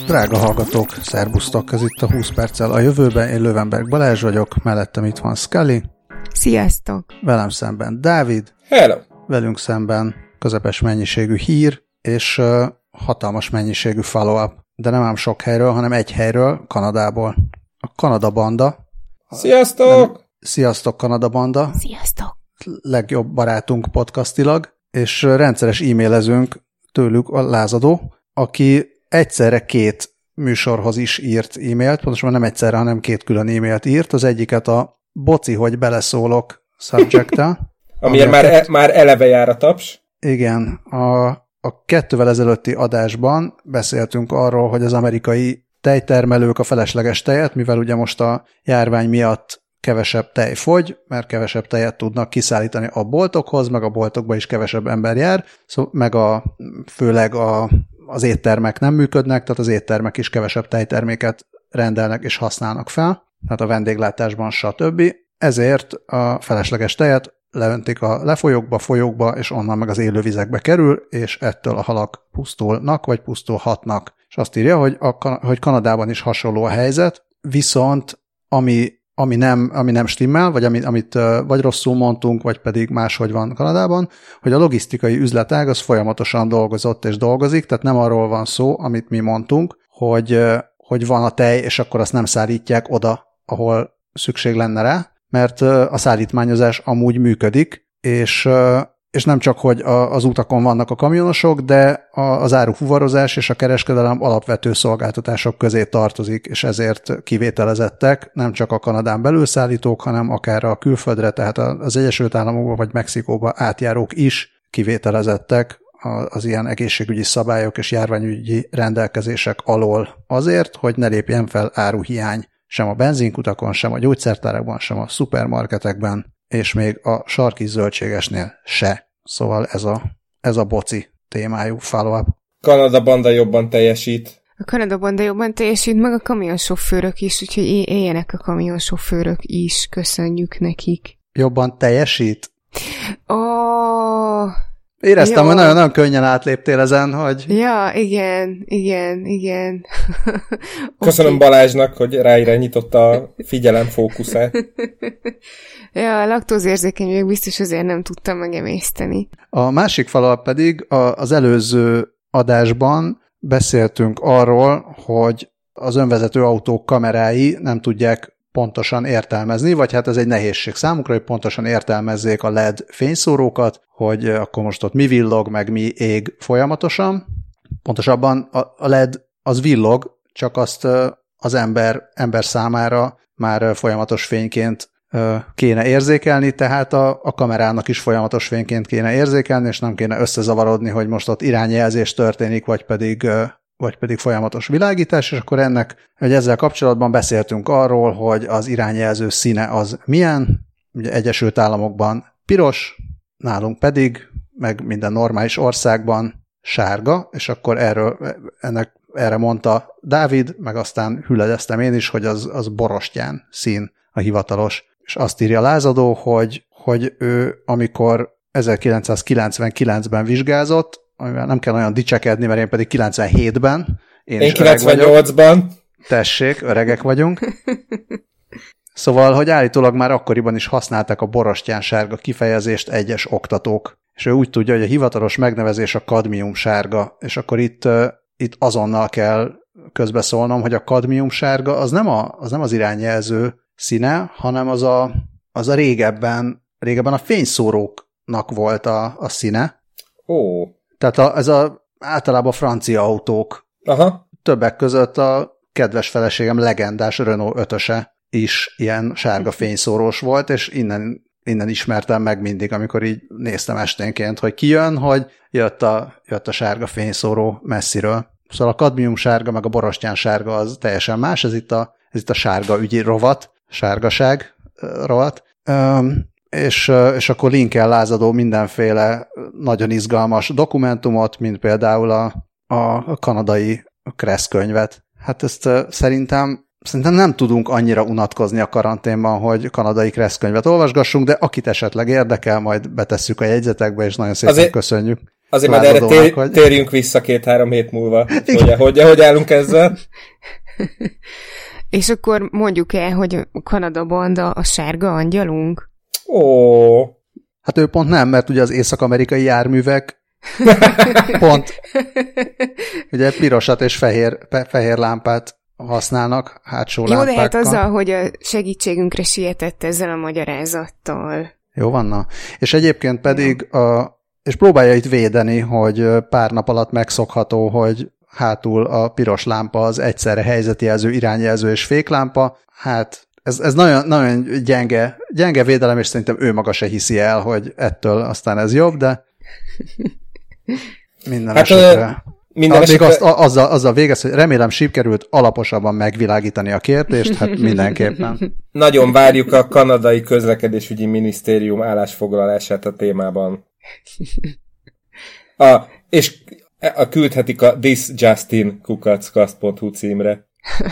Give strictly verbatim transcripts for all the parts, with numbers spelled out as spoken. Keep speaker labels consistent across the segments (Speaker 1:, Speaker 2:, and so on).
Speaker 1: Drága hallgatók, szerbusztok, ez itt a húsz perccel a jövőben, én Löwenberg Balázs vagyok, mellettem itt van Scully.
Speaker 2: Sziasztok!
Speaker 1: Velem szemben Dávid.
Speaker 3: Hello!
Speaker 1: Velünk szemben közepes mennyiségű hír, és uh, hatalmas mennyiségű follow-up, de nem ám sok helyről, hanem egy helyről, Kanadából. A Kanada Banda.
Speaker 3: Sziasztok!
Speaker 1: Nem, sziasztok, Kanada Banda.
Speaker 2: Sziasztok!
Speaker 1: Legjobb barátunk podcastilag, és rendszeres e-mailezünk tőlük a lázadó, aki egyszerre két műsorhoz is írt e-mailt, pontosan nem egyszerre, hanem két külön e-mailt írt. Az egyiket a boci, hogy beleszólok subject-tel.
Speaker 3: Amiért már, kett... e, már eleve jár a taps.
Speaker 1: Igen. A, a kettővel ezelőtti adásban beszéltünk arról, hogy az amerikai tejtermelők a felesleges tejet, mivel ugye most a járvány miatt kevesebb tej fogy, mert kevesebb tejet tudnak kiszállítani a boltokhoz, meg a boltokba is kevesebb ember jár, szóval meg a, főleg a, az éttermek nem működnek, tehát az éttermek is kevesebb tejterméket rendelnek és használnak fel, tehát a vendéglátásban stb. Ezért a felesleges tejet leöntik a lefolyókba, folyókba, és onnan meg az élővizekbe kerül, és ettől a halak pusztulnak, vagy pusztulhatnak. És azt írja, hogy, a, hogy Kanadában is hasonló a helyzet, viszont ami Ami nem, ami nem stimmel, vagy amit, amit vagy rosszul mondtunk, vagy pedig máshogy van Kanadában, hogy a logisztikai üzletág az folyamatosan dolgozott és dolgozik, tehát nem arról van szó, amit mi mondtunk, hogy, hogy van a tej, és akkor azt nem szállítják oda, ahol szükség lenne rá, mert a szállítmányozás amúgy működik, és, és nem csak, hogy az utakon vannak a kamionosok, de az árufuvarozás és a kereskedelem alapvető szolgáltatások közé tartozik, és ezért kivételezettek nem csak a Kanadán belül szállítók, hanem akár a külföldre, tehát az Egyesült Államokba vagy Mexikóba átjárók is kivételezettek az ilyen egészségügyi szabályok és járványügyi rendelkezések alól azért, hogy ne lépjen fel áruhiány sem a benzinkutakon, sem a gyógyszertárakban, sem a szupermarketekben, és még a sarki zöldségesnél se. Szóval ez a, ez a boci témájú follow-up.
Speaker 3: Kanada Banda jobban teljesít.
Speaker 2: A Kanada Banda jobban teljesít, meg a kamionsofőrök is, úgyhogy éljenek a kamionsofőrök is, köszönjük nekik.
Speaker 1: Jobban teljesít?
Speaker 2: Oh,
Speaker 1: Éreztem, jó. Hogy nagyon-nagyon könnyen átléptél ezen, hogy...
Speaker 2: Ja, igen, igen, igen.
Speaker 3: Köszönöm okay. Balázsnak, hogy ráirányította a figyelem fókuszát.
Speaker 2: Ja, a laktózérzékeny még biztos azért nem tudtam megemészteni.
Speaker 1: A másik follow-up pedig az előző adásban beszéltünk arról, hogy az önvezető autók kamerái nem tudják pontosan értelmezni, vagy hát ez egy nehézség számukra, hogy pontosan értelmezzék a el é dé fényszórókat, hogy akkor most ott mi villog, meg mi ég folyamatosan. Pontosabban a el é dé az villog, csak azt az ember, ember számára már folyamatos fényként kéne érzékelni, tehát a, a kamerának is folyamatos fényként kéne érzékelni, és nem kéne összezavarodni, hogy most ott irányjelzés történik, vagy pedig, vagy pedig folyamatos világítás, és akkor ennek, hogy ezzel kapcsolatban beszéltünk arról, hogy az irányjelző színe az milyen, ugye Egyesült Államokban piros, nálunk pedig, meg minden normális országban sárga, és akkor erről, ennek, erre mondta Dávid, meg aztán hüledeztem én is, hogy az, az borostyán szín a hivatalos. És azt írja lázadó, hogy, hogy ő, amikor ezerkilencszázkilencvenkilencben vizsgázott, amivel nem kell olyan dicsekedni, mert én pedig kilencvenhétben. Én,
Speaker 3: én kilencvennyolcban.
Speaker 1: Tessék, öregek vagyunk. Szóval, hogy állítólag már akkoriban is használták a borostyán sárga kifejezést egyes oktatók. És ő úgy tudja, hogy a hivatalos megnevezés a kadmium sárga, és akkor itt, itt azonnal kell közbeszólnom, hogy a kadmium sárga az nem, a, az nem az irányjelző színe, hanem az a, az a régebben, régebben a fényszóróknak volt a, a színe.
Speaker 3: Ó.
Speaker 1: Tehát a, ez a, általában francia autók.
Speaker 3: Aha.
Speaker 1: Többek között a kedves feleségem legendás Renault ötöse is ilyen sárga fényszórós volt, és innen, innen ismertem meg mindig, amikor így néztem esténként, hogy ki jön, hogy jött a, jött a sárga fényszóró messziről. Szóval a kadmium sárga, meg a borostyán sárga az teljesen más, ez itt a, ez itt a sárga ügyi rovat, sárgaság rovat, Üm, és, és akkor linkel lázadó mindenféle nagyon izgalmas dokumentumot, mint például a, a kanadai Kressz könyvet. Hát ezt szerintem, szerintem nem tudunk annyira unatkozni a karanténban, hogy kanadai Kressz könyvet olvasgassunk, de akit esetleg érdekel, majd betesszük a jegyzetekbe, és nagyon szépen azért, köszönjük.
Speaker 3: Azért majd erre tér, hogy... térjünk vissza két-három hét múlva, hogy, hogy, hogy állunk ezzel.
Speaker 2: És akkor mondjuk el, hogy a Kanada banda a sárga angyalunk?
Speaker 3: Ó.
Speaker 1: Hát ő pont nem, mert ugye az észak-amerikai járművek pont ugye pirosat és fehér, fehér lámpát használnak, hátsó
Speaker 2: Jó,
Speaker 1: lámpákkal.
Speaker 2: de hát azzal, hogy a segítségünkre sietett ezzel a magyarázattal.
Speaker 1: Jó, vanna. És egyébként pedig, a, és próbálja itt védeni, hogy pár nap alatt megszokható, hogy hátul a piros lámpa az egyszerre helyzetjelző, irányjelző és féklámpa. Hát ez, ez nagyon, nagyon gyenge, gyenge védelem, és szerintem ő maga se hiszi el, hogy ettől aztán ez jobb, de minden hát esetre... Minden esetre... Még azt, azzal, azzal végez, hogy remélem sikerült alaposabban megvilágítani a kérdést, hát mindenképpen.
Speaker 3: Nagyon várjuk a kanadai közlekedésügyi minisztérium állásfoglalását a témában. A, és a, küldhetik a this justin kukackast pont hu címre.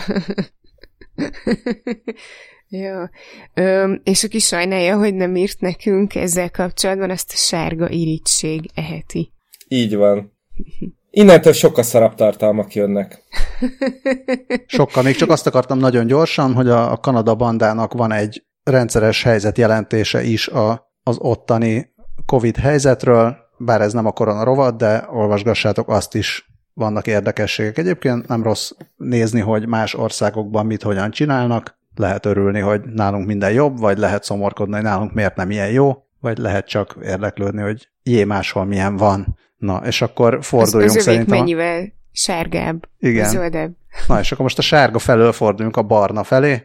Speaker 2: Jó. Ö, és aki sajnálja, hogy nem írt nekünk ezzel kapcsolatban, azt a sárga irigység eheti.
Speaker 3: Így van. Innentől sokkal szarabb tartalmak jönnek.
Speaker 1: Sokkal. Még csak azt akartam nagyon gyorsan, hogy a, a Kanada bandának van egy rendszeres helyzetjelentése is a, az ottani Covid helyzetről, bár ez nem a korona rovat, de olvasgassátok azt is, vannak érdekességek. Egyébként nem rossz nézni, hogy más országokban mit hogyan csinálnak, lehet örülni, hogy nálunk minden jobb, vagy lehet szomorkodni, hogy nálunk miért nem ilyen jó, vagy lehet csak érdeklődni, hogy jé, máshol milyen van. Na, és akkor forduljunk
Speaker 2: az, az
Speaker 1: szerintem.
Speaker 2: mennyivel sárgább,
Speaker 1: igen.
Speaker 2: Zöldebb.
Speaker 1: Na, és akkor most a sárga felől forduljunk a barna felé.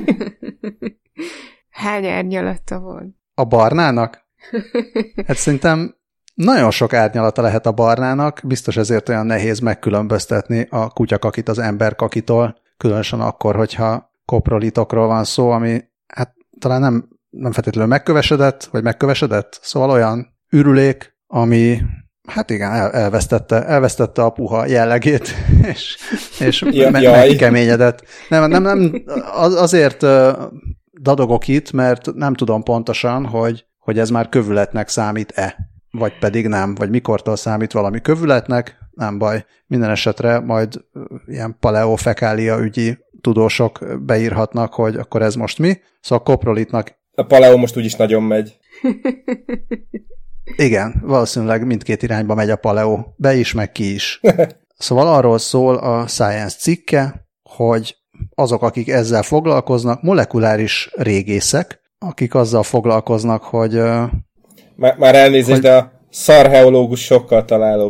Speaker 2: Hány árnyalata van?
Speaker 1: A barnának? Hát szerintem nagyon sok árnyalata lehet a barnának, biztos ezért olyan nehéz megkülönböztetni a kutyakakit az emberkakitól, különösen akkor, hogyha koprolitokról van szó, ami hát talán nem, nem feltétlenül megkövesedett, vagy megkövesedett, szóval olyan ürülék, ami hát igen, el, elvesztette, elvesztette a puha jellegét, és, és
Speaker 3: ja,
Speaker 1: me- megkeményedett. Nem, nem, nem, az, azért dadogok itt, mert nem tudom pontosan, hogy, hogy ez már kövületnek számít-e, vagy pedig nem, vagy mikortól számít valami kövületnek, nem baj. Minden esetre majd ilyen paleofekália ügyi tudósok beírhatnak, hogy akkor ez most mi. Szóval a koprolitnak...
Speaker 3: A paleo most úgyis nagyon megy.
Speaker 1: Igen, valószínűleg mindkét irányba megy a paleo, be is, meg ki is. Szóval arról szól a Science cikke, hogy azok, akik ezzel foglalkoznak, molekuláris régészek, akik azzal foglalkoznak, hogy...
Speaker 3: Már, már elnézést, hogy... de a szarheológus sokkal találóbb.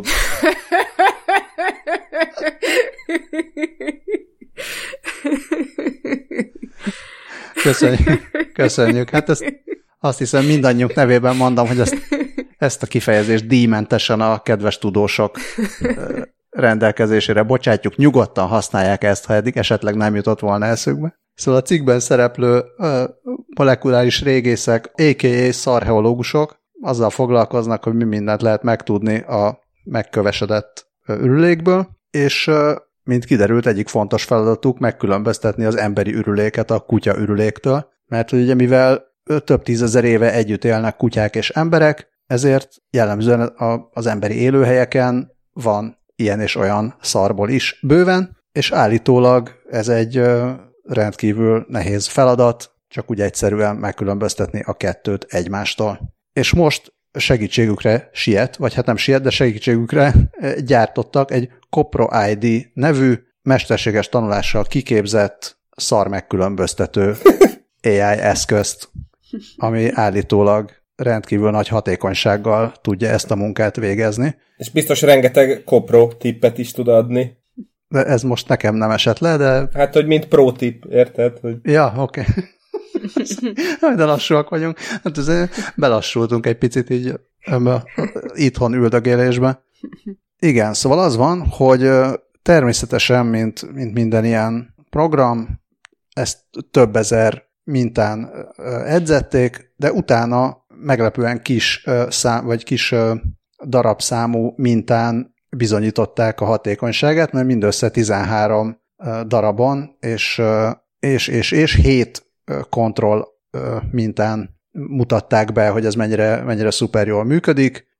Speaker 1: Köszönjük. Köszönjük. Hát ezt azt hiszem mindannyiunk nevében mondom, hogy ezt, ezt a kifejezést díjmentesen a kedves tudósok rendelkezésére bocsátjuk. Nyugodtan használják ezt, ha eddig esetleg nem jutott volna eszükbe. Szóval a cikkben szereplő uh, molekuláris régészek, á ká á szarheológusok azzal foglalkoznak, hogy mi mindent lehet megtudni a megkövesedett uh, ürülékből, és uh, mint kiderült, egyik fontos feladatuk megkülönböztetni az emberi ürüléket a kutya ürüléktől, mert ugye mivel több tízezer éve együtt élnek kutyák és emberek, ezért jellemzően a, az emberi élőhelyeken van ilyen és olyan szarból is bőven, és állítólag ez egy uh, rendkívül nehéz feladat, csak úgy egyszerűen megkülönböztetni a kettőt egymástól. És most segítségükre siet, vagy hát nem siet, de segítségükre gyártottak egy CoproID nevű, mesterséges tanulással kiképzett szar megkülönböztető á i eszközt, ami állítólag rendkívül nagy hatékonysággal tudja ezt a munkát végezni.
Speaker 3: És biztos rengeteg Copro tippet is tud adni.
Speaker 1: De ez most nekem nem esett le, de...
Speaker 3: Hát, hogy mint pro tip, érted? Hogy...
Speaker 1: Ja, oké. Okay. De lassúak vagyunk. Hát azért belassultunk egy picit így ebbe itthon üldögélésbe. Igen, szóval az van, hogy természetesen, mint, mint minden ilyen program, ezt több ezer mintán edzették, de utána meglepően kis szám, vagy kis darabszámú mintán bizonyították a hatékonyságát, mert mindössze tizenhárom darabon, és, és, és, és hét kontroll mintán mutatták be, hogy ez mennyire, mennyire szuper jól működik,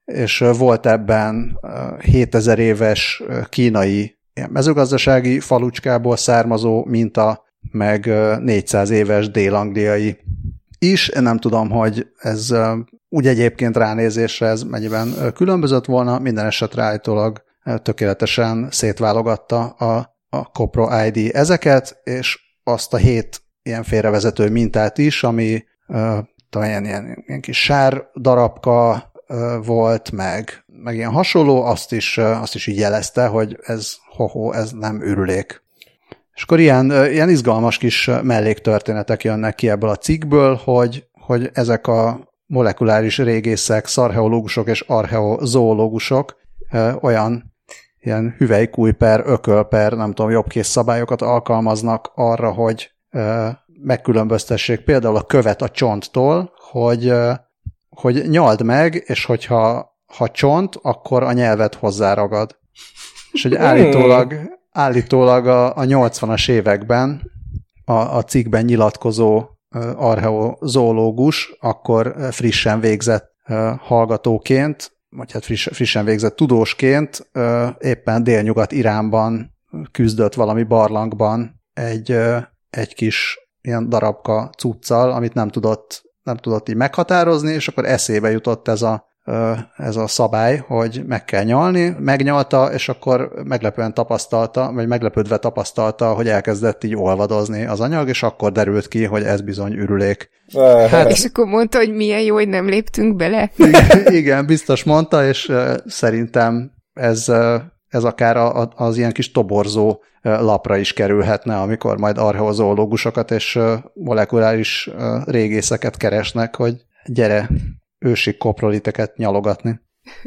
Speaker 1: és volt ebben hétezer éves kínai mezőgazdasági falucskából származó minta, meg négyszáz éves dél-angliai is. Én nem tudom, hogy ez úgy egyébként ránézésre ez mennyiben különbözött volna, minden esetre állítólag tökéletesen szétválogatta a, a Copro i dé ezeket, és azt a hét ilyen félrevezető mintát is, ami uh, talán ilyen, ilyen, ilyen kis sár darabka uh, volt, meg, meg ilyen hasonló, azt is, uh, azt is így jelezte, hogy ez hoho, ez nem ürülék. És akkor ilyen, uh, ilyen izgalmas kis melléktörténetek jönnek ki ebből a cikkből, hogy, hogy ezek a molekuláris régészek, szarcheológusok és archeozoológusok uh, olyan ilyen hüvelykúj per, ököl per, nem tudom, jobbkész szabályokat alkalmaznak arra, hogy uh, megkülönböztessék például a követ a csonttól, hogy, uh, hogy nyald meg, és hogyha ha csont, akkor a nyelvet hozzáragad. És hogy állítólag, állítólag a, a nyolcvanas években a, a cikkben nyilatkozó uh, archeozoológus akkor frissen végzett uh, hallgatóként, vagy hát friss, frissen végzett tudósként uh, éppen délnyugat Iránban küzdött valami barlangban egy, uh, egy kis ilyen darabka cuccal, amit nem tudott, nem tudott így meghatározni, és akkor eszébe jutott ez a, uh, ez a szabály, hogy meg kell nyalni, megnyalta, és akkor meglepően tapasztalta, vagy meglepődve tapasztalta, hogy elkezdett így olvadozni az anyag, és akkor derült ki, hogy ez bizony ürülék.
Speaker 2: Hát, és akkor mondta, hogy milyen jó, hogy nem léptünk bele.
Speaker 1: Igen, igen, biztos mondta, és uh, szerintem ez, uh, ez akár a, a, az ilyen kis toborzó uh, lapra is kerülhetne, amikor majd archeozoológusokat és uh, molekuláris uh, régészeket keresnek, hogy gyere ősi koproliteket nyalogatni.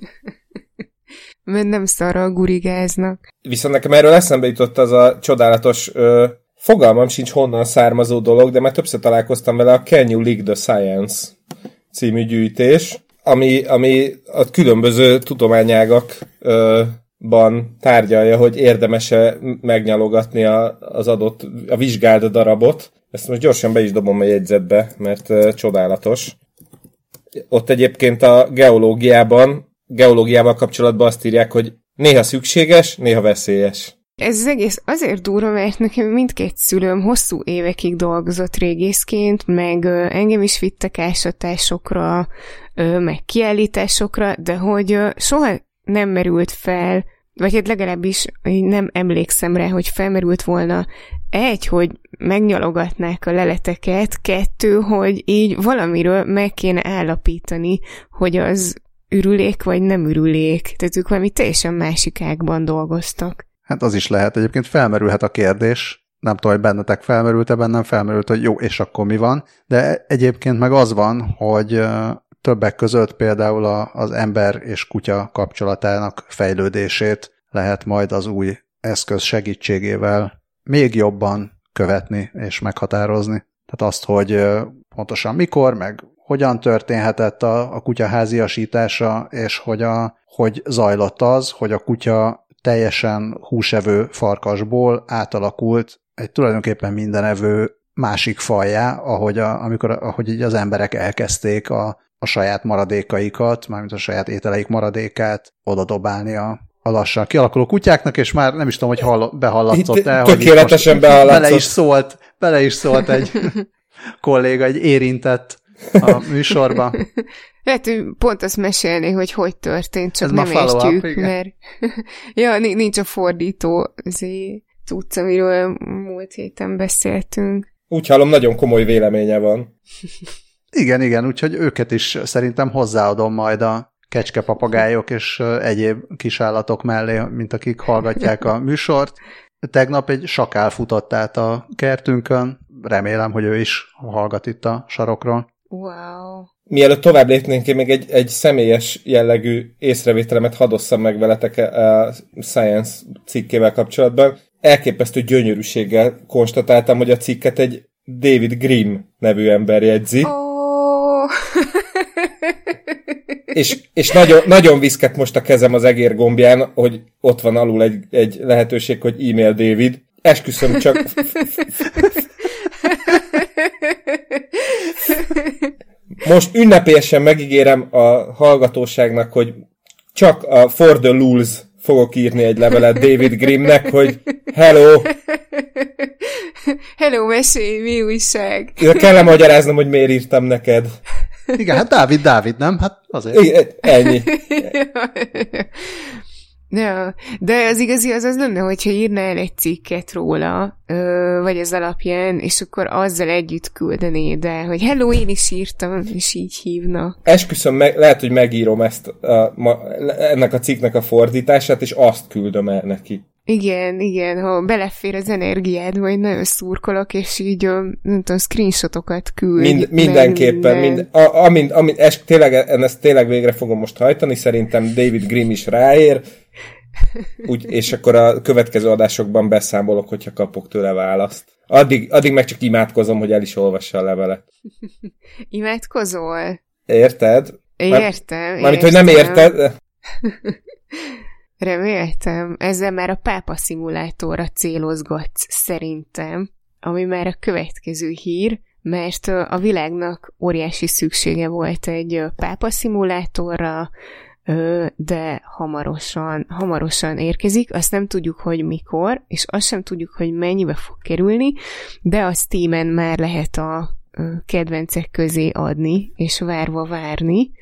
Speaker 2: Mert nem szarral gurigáznak.
Speaker 3: Viszont nekem erről eszembe jutott az a csodálatos... Uh... Fogalmam sincs honnan származó dolog, de már többször találkoztam vele, a Can You Lick the Science című gyűjtés, ami, ami a különböző tudományágakban tárgyalja, hogy érdemes-e megnyalogatni a, az adott, a vizsgált darabot. Ezt most gyorsan be is dobom a jegyzetbe, mert uh, csodálatos. Ott egyébként a geológiában, geológiával kapcsolatban azt írják, hogy néha szükséges, néha veszélyes.
Speaker 2: Ez az egész azért durva, mert nekem mindkét szülőm hosszú évekig dolgozott régészként, meg ö, engem is vittek ásatásokra, ö, meg kiállításokra, de hogy ö, soha nem merült fel, vagy hát legalábbis nem emlékszem rá, hogy felmerült volna egy, hogy megnyalogatnák a leleteket, kettő, hogy így valamiről meg kéne állapítani, hogy az ürülék vagy nem ürülék. Tehát ők valami teljesen másik ágban dolgoztak.
Speaker 1: Hát az is lehet. Egyébként felmerülhet a kérdés. Nem tudom, hogy bennetek felmerült-e, bennem felmerült, hogy jó, és akkor mi van. De egyébként meg az van, hogy többek között például az ember és kutya kapcsolatának fejlődését lehet majd az új eszköz segítségével még jobban követni és meghatározni. Tehát azt, hogy pontosan mikor, meg hogyan történhetett a, a kutya háziasítása, és hogy, a, hogy zajlott az, hogy a kutya teljesen húsevő farkasból átalakult egy tulajdonképpen mindenevő másik fajjá, ahogy, a, amikor, ahogy így az emberek elkezdték a, a saját maradékaikat, mármint a saját ételeik maradékát odadobálni a, a lassan kialakuló kutyáknak, és már nem is tudom, hogy hall, behallatszott el, hogy
Speaker 3: tökéletesen behallatszott.
Speaker 1: Bele is szólt, bele is szólt egy kolléga, egy érintett a műsorba.
Speaker 2: Lehet, hogy pont azt mesélni, hogy hogy történt, csak
Speaker 1: ez
Speaker 2: nem értjük, mert ja, nincs a fordító cucc, amiről múlt héten beszéltünk.
Speaker 3: Úgy hallom, nagyon komoly véleménye van.
Speaker 1: Igen, igen, úgyhogy őket is szerintem hozzáadom majd a kecskepapagályok és egyéb kisállatok mellé, mint akik hallgatják a műsort. Tegnap egy sakál futott át a kertünkön, remélem, hogy ő is hallgat itt a sarokról.
Speaker 2: Wow.
Speaker 3: Mielőtt tovább lépnénk, én még egy, egy személyes jellegű észrevételemet hadd osszam meg veletek a Science cikkével kapcsolatban. Elképesztő gyönyörűséggel konstatáltam, hogy a cikket egy David Grimm nevű ember jegyzi.
Speaker 2: Oh.
Speaker 3: és és nagyon, nagyon viszket most a kezem az egér gombján, hogy ott van alul egy, egy lehetőség, hogy e-mail David. Esküszöm, csak... Most ünnepélyesen megígérem a hallgatóságnak, hogy csak a For the Lulz fogok írni egy levelet David Grimmnek, hogy hello!
Speaker 2: Hello, mesélj, mi újság?
Speaker 3: Kell magyaráznom, hogy miért írtam neked.
Speaker 1: Igen, hát Dávid, Dávid, nem? Hát azért.
Speaker 3: Igen, ennyi.
Speaker 2: Ja, de az igazi az az lenne, hogyha írnál egy cikket róla, ö, vagy az alapján, és akkor azzal együtt küldenéd el, hogy hello, én is írtam, és így hívna.
Speaker 3: Esküszöm, meg, lehet, hogy megírom ezt a, ma, ennek a cikknek a fordítását, és azt küldöm el neki.
Speaker 2: Igen, igen, ha belefér az energiád, majd nagyon szurkolok, és így, nem tudom, screenshotokat küld.
Speaker 3: Mind, mindenképpen, minden. mind, a, amint, amint es, tényleg, ezt tényleg végre fogom most hajtani, szerintem David Grimm is ráér, úgy, és akkor a következő adásokban beszámolok, hogyha kapok tőle választ. Addig, addig meg csak imádkozom, hogy el is olvassa a levelet.
Speaker 2: Imádkozol?
Speaker 3: Érted?
Speaker 2: Értem.
Speaker 3: Mármint, hogy nem érted.
Speaker 2: Reméltem. Ezzel már a pápa szimulátorra célozgatsz, szerintem, ami már a következő hír, mert a világnak óriási szüksége volt egy pápa szimulátorra, de hamarosan, hamarosan érkezik, azt nem tudjuk, hogy mikor, és azt sem tudjuk, hogy mennyibe fog kerülni, de a Steamen már lehet a kedvencek közé adni, és várva várni.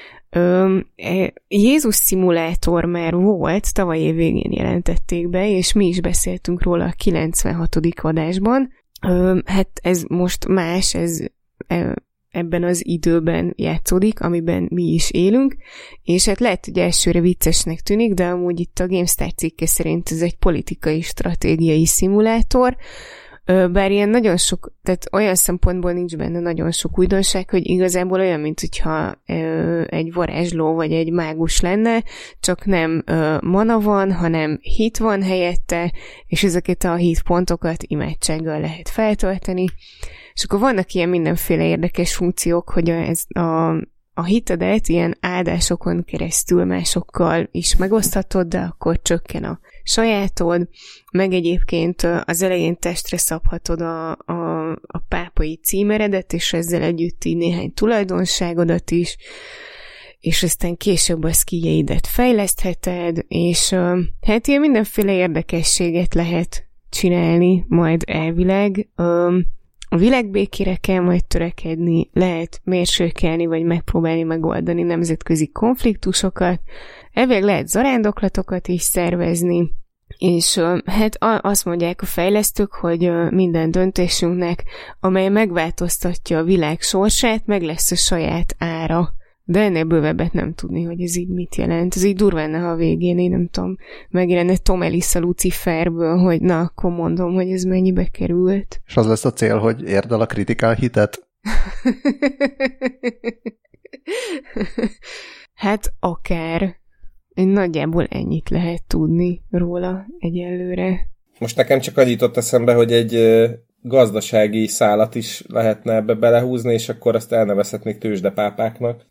Speaker 2: Jézus szimulátor már volt, tavaly év végén jelentették be, és mi is beszéltünk róla a kilencvenhatodik adásban. Hát ez most más, ez ebben az időben játszódik, amiben mi is élünk, és hát lehet, hogy elsőre viccesnek tűnik, de amúgy itt a GameStar cikke szerint ez egy politikai stratégiai szimulátor, bár ilyen nagyon sok, tehát olyan szempontból nincs benne nagyon sok újdonság, hogy igazából olyan, mint hogyha egy varázsló vagy egy mágus lenne, csak nem mana van, hanem hit van helyette, és ezeket a hit pontokat imádsággal lehet feltölteni. És akkor vannak ilyen mindenféle érdekes funkciók, hogy ez a, a hitedet ilyen áldásokon keresztül másokkal is megoszthatod, de akkor csökken a sajátod, meg egyébként az elején testre szabhatod a, a, a pápai címeredet, és ezzel együtt így néhány tulajdonságodat is, és aztán később a skilljeidet fejlesztheted, és hát ilyen mindenféle érdekességet lehet csinálni majd elvileg. A világbékére kell majd törekedni, lehet mérsékelni, vagy megpróbálni megoldani nemzetközi konfliktusokat, elvileg lehet zarándoklatokat is szervezni, és hát azt mondják a fejlesztők, hogy minden döntésünknek, amely megváltoztatja a világ sorsát, meg lesz a saját ára. De ennél bővebbet nem tudni, hogy ez így mit jelent. Ez így durván, ha a végén, én nem tudom, megjelenne Tom Ellis a Luciferből, hogy na, akkor mondom, hogy ez mennyibe került.
Speaker 1: És az lesz a cél, hogy érd el a kritikál hitet?
Speaker 2: Hát akár. Nagyjából ennyit lehet tudni róla egyelőre.
Speaker 3: Most nekem csak annyit jutott eszembe, hogy egy gazdasági szálat is lehetne ebbe belehúzni, és akkor azt elnevezhetnék tőzsdepápáknak.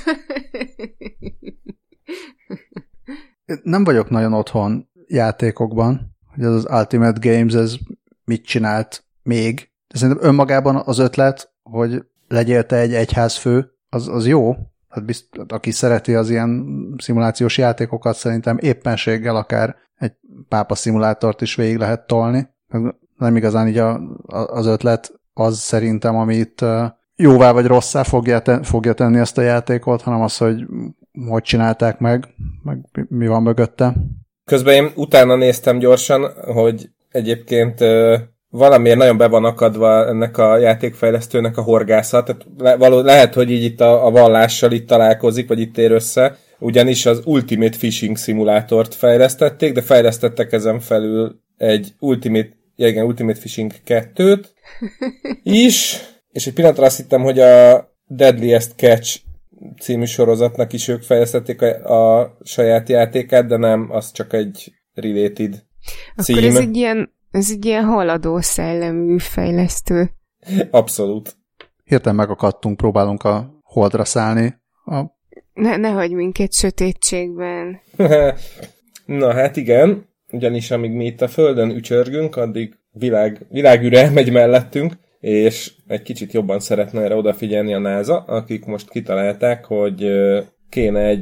Speaker 1: Nem vagyok nagyon otthon játékokban, hogy ez az Ultimate Games, ez mit csinált még. De szerintem önmagában az ötlet, hogy legyél te egy egyházfő, az, az jó. Hát bizt, aki szereti az ilyen szimulációs játékokat, szerintem éppenséggel akár egy pápa szimulátort is végig lehet tolni. Nem igazán így a, az ötlet az szerintem, amit jóvá vagy rosszá fogja, ten, fogja tenni ezt a játékot, hanem az, hogy hogy csinálták meg, meg mi van mögötte. Közben
Speaker 3: én utána néztem gyorsan, hogy egyébként valamiért nagyon be van akadva ennek a játékfejlesztőnek a horgászat. Tehát le, való, lehet, hogy így itt a, a vallással itt találkozik, vagy itt ér össze, ugyanis az Ultimate Fishing szimulátort fejlesztették, de fejlesztettek ezen felül egy Ultimate, ja igen, Ultimate Fishing kettőt is, és egy pillanatra azt hittem, hogy a Deadliest Catch című sorozatnak is ők fejlesztették a, a saját játékát, de nem, az csak egy related cím.
Speaker 2: Akkor ez egy ilyen, ez egy ilyen haladó szellemű fejlesztő.
Speaker 3: Abszolút.
Speaker 1: Hirtelen megakadtunk, próbálunk a holdra szállni. A...
Speaker 2: Ne, ne hagyj minket sötétségben.
Speaker 3: Na hát igen, ugyanis amíg mi itt a Földön ücsörgünk, addig világ, világűre megy mellettünk, és egy kicsit jobban szeretne erre odafigyelni a NASA, akik most kitalálták, hogy kéne egy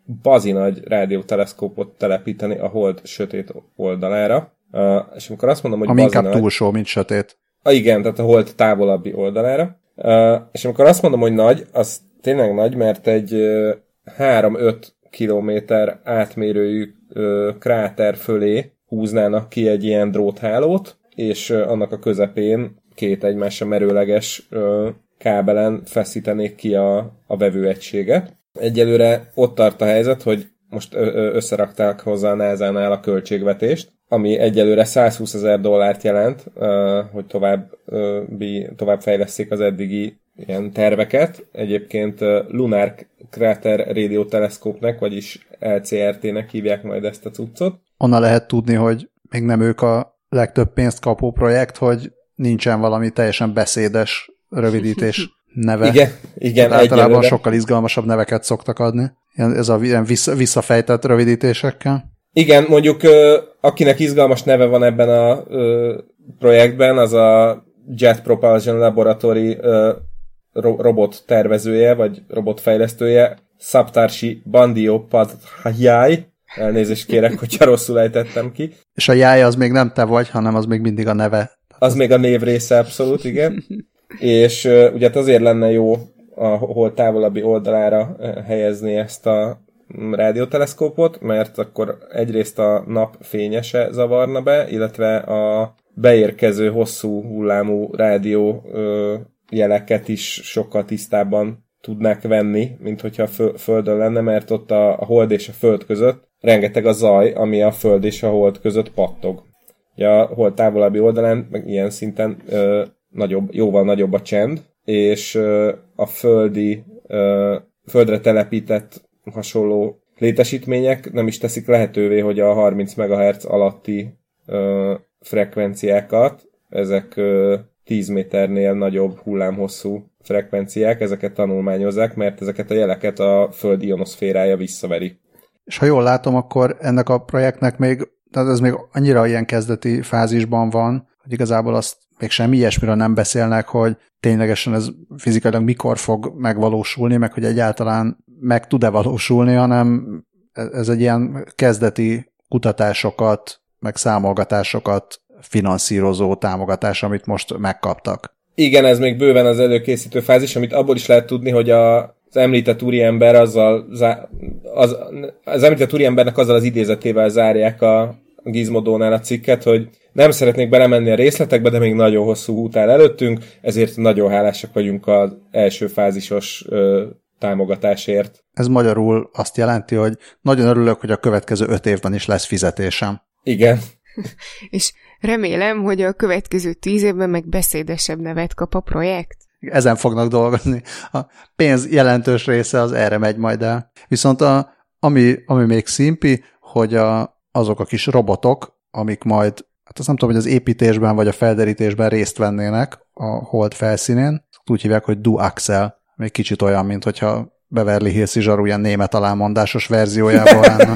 Speaker 3: bazinagy rádióteleszkópot telepíteni a hold sötét oldalára. Uh, és amikor azt mondom, hogy
Speaker 1: ami inkább
Speaker 3: nagy,
Speaker 1: túlsó, mint sötét.
Speaker 3: Ah, igen, tehát a hold távolabbi oldalára. Uh, és amikor azt mondom, hogy nagy, az tényleg nagy, mert egy uh, három-öt kilométer átmérőjű uh, kráter fölé húznának ki egy ilyen dróthálót, és uh, annak a közepén két egymásra merőleges uh, kábelen feszítenék ki a, a vevőegységet. Egyelőre ott tart a helyzet, hogy most összerakták hozzá a názánál a költségvetést, ami egyelőre százhúszezer dollárt jelent, hogy tovább, tovább fejleszték az eddigi ilyen terveket. Egyébként Lunar Crater Radio Telescope-nek, vagyis el cé er té-nek hívják majd ezt a cuccot.
Speaker 1: Onnan lehet tudni, hogy még nem ők a legtöbb pénzt kapó projekt, hogy nincsen valami teljesen beszédes rövidítés neve.
Speaker 3: Igen, igen.
Speaker 1: Hát általában
Speaker 3: egyelőre
Speaker 1: sokkal izgalmasabb neveket szoktak adni. Ez a ilyen visszafejtett rövidítésekkel.
Speaker 3: Igen, mondjuk akinek izgalmas neve van ebben a projektben, az a Jet Propulsion Laboratory robot tervezője, vagy robotfejlesztője, Saptarshi Bandiopadhyay. Elnézést kérek, hogyha rosszul ejtettem ki.
Speaker 1: És a jáj az még nem te vagy, hanem az még mindig a neve.
Speaker 3: Az még a név része, abszolút, igen. És uh, ugye azért lenne jó a hol távolabbi oldalára helyezni ezt a rádióteleszkópot, mert akkor egyrészt a nap fényese zavarna be, illetve a beérkező hosszú hullámú rádió uh, jeleket is sokkal tisztábban tudnák venni, mint hogyha a Földön lenne, mert ott a, a hold és a Föld között rengeteg a zaj, ami a Föld és a hold között pattog. Ugye a hold távolabbi oldalán, meg ilyen szinten ö, nagyobb, jóval nagyobb a csend, és ö, a földi, ö, földre telepített hasonló létesítmények nem is teszik lehetővé, hogy a harminc megahertz alatti ö, frekvenciákat, ezek ö, tíz méternél nagyobb hullámhosszú frekvenciák, ezeket tanulmányozzák, mert ezeket a jeleket a Föld ionoszférája visszaveri.
Speaker 1: És ha jól látom, akkor ennek a projektnek még, tehát ez még annyira ilyen kezdeti fázisban van, hogy igazából azt még semmi ilyesmiről nem beszélnek, hogy ténylegesen ez fizikailag mikor fog megvalósulni, meg hogy egyáltalán meg tud-e valósulni, hanem ez egy ilyen kezdeti kutatásokat, meg számolgatásokat finanszírozó támogatás, amit most megkaptak.
Speaker 3: Igen, ez még bőven az előkészítő fázis, amit abból is lehet tudni, hogy a, az említett úriember azzal, az, az említett úriembernek azzal az idézetével zárják a Gizmodónál a cikket, hogy nem szeretnék belemenni a részletekbe, de még nagyon hosszú út áll előttünk, ezért nagyon hálásak vagyunk az első fázisos ö, támogatásért.
Speaker 1: Ez magyarul azt jelenti, hogy nagyon örülök, hogy a következő öt évben is lesz fizetésem.
Speaker 3: Igen.
Speaker 2: És remélem, hogy a következő tíz évben meg beszédesebb nevet kap a projekt.
Speaker 1: Ezen fognak dolgozni. A pénz jelentős része az erre megy majd el. Viszont a, ami, ami még szimpi, hogy a, azok a kis robotok, amik majd, hát azt nem tudom, hogy az építésben vagy a felderítésben részt vennének a hold felszínén, úgy hívják, hogy Do-Axel. Még kicsit olyan, mint hogyha Beverly Hills-i zsaru ilyen német alámondásos verziójában állna.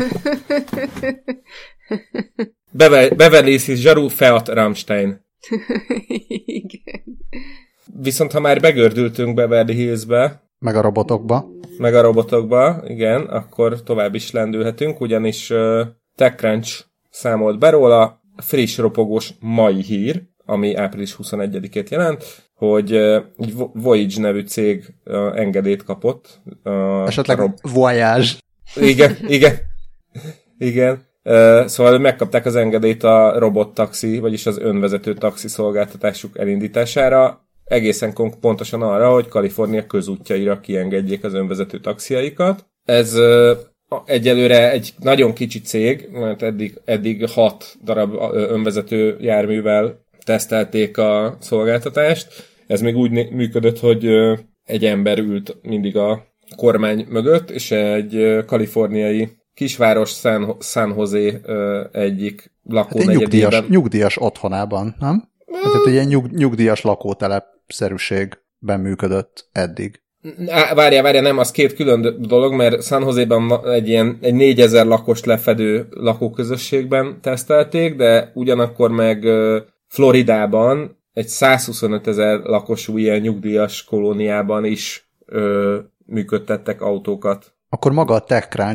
Speaker 3: Beverly Hills zsaru Fiat Rammstein.
Speaker 2: Igen.
Speaker 3: Viszont ha már begördültünk Beverly Hillsbe,
Speaker 1: meg a robotokba,
Speaker 3: meg a robotokba, igen, akkor tovább is lendülhetünk, ugyanis uh, TechCrunch számolt be róla, friss ropogós mai hír, ami április huszonegyedikét jelent, hogy uh, egy Voyage nevű cég uh, engedélyt kapott. Uh,
Speaker 1: Esetleg rob- Voyage.
Speaker 3: Igen, igen, igen. Uh, szóval megkapták az engedélyt a robottaxi, vagyis az önvezető taxi szolgáltatásuk elindítására, egészen pontosan arra, hogy Kalifornia közútjaira kiengedjék az önvezető taxiaikat. Ez uh, egyelőre egy nagyon kicsi cég, mert eddig, eddig hat darab önvezető járművel tesztelték a szolgáltatást. Ez még úgy működött, hogy uh, egy ember ült mindig a kormány mögött, és egy uh, kaliforniai kisváros San, San Jose uh, egyik lakónegyedében.
Speaker 1: Hát nyugdíjas, nyugdíjas otthonában, nem? Hát egy ilyen nyug, nyugdíjas lakótelepszerűségben működött eddig.
Speaker 3: Várjál, várjál, nem, az két külön dolog, mert San Jose-ben egy ilyen egy négyezer lakost lefedő lakóközösségben tesztelték, de ugyanakkor meg uh, Floridában egy százhuszonötezer lakosú ilyen nyugdíjas kolóniában is uh, működtettek autókat.
Speaker 1: Akkor maga a TechCrunch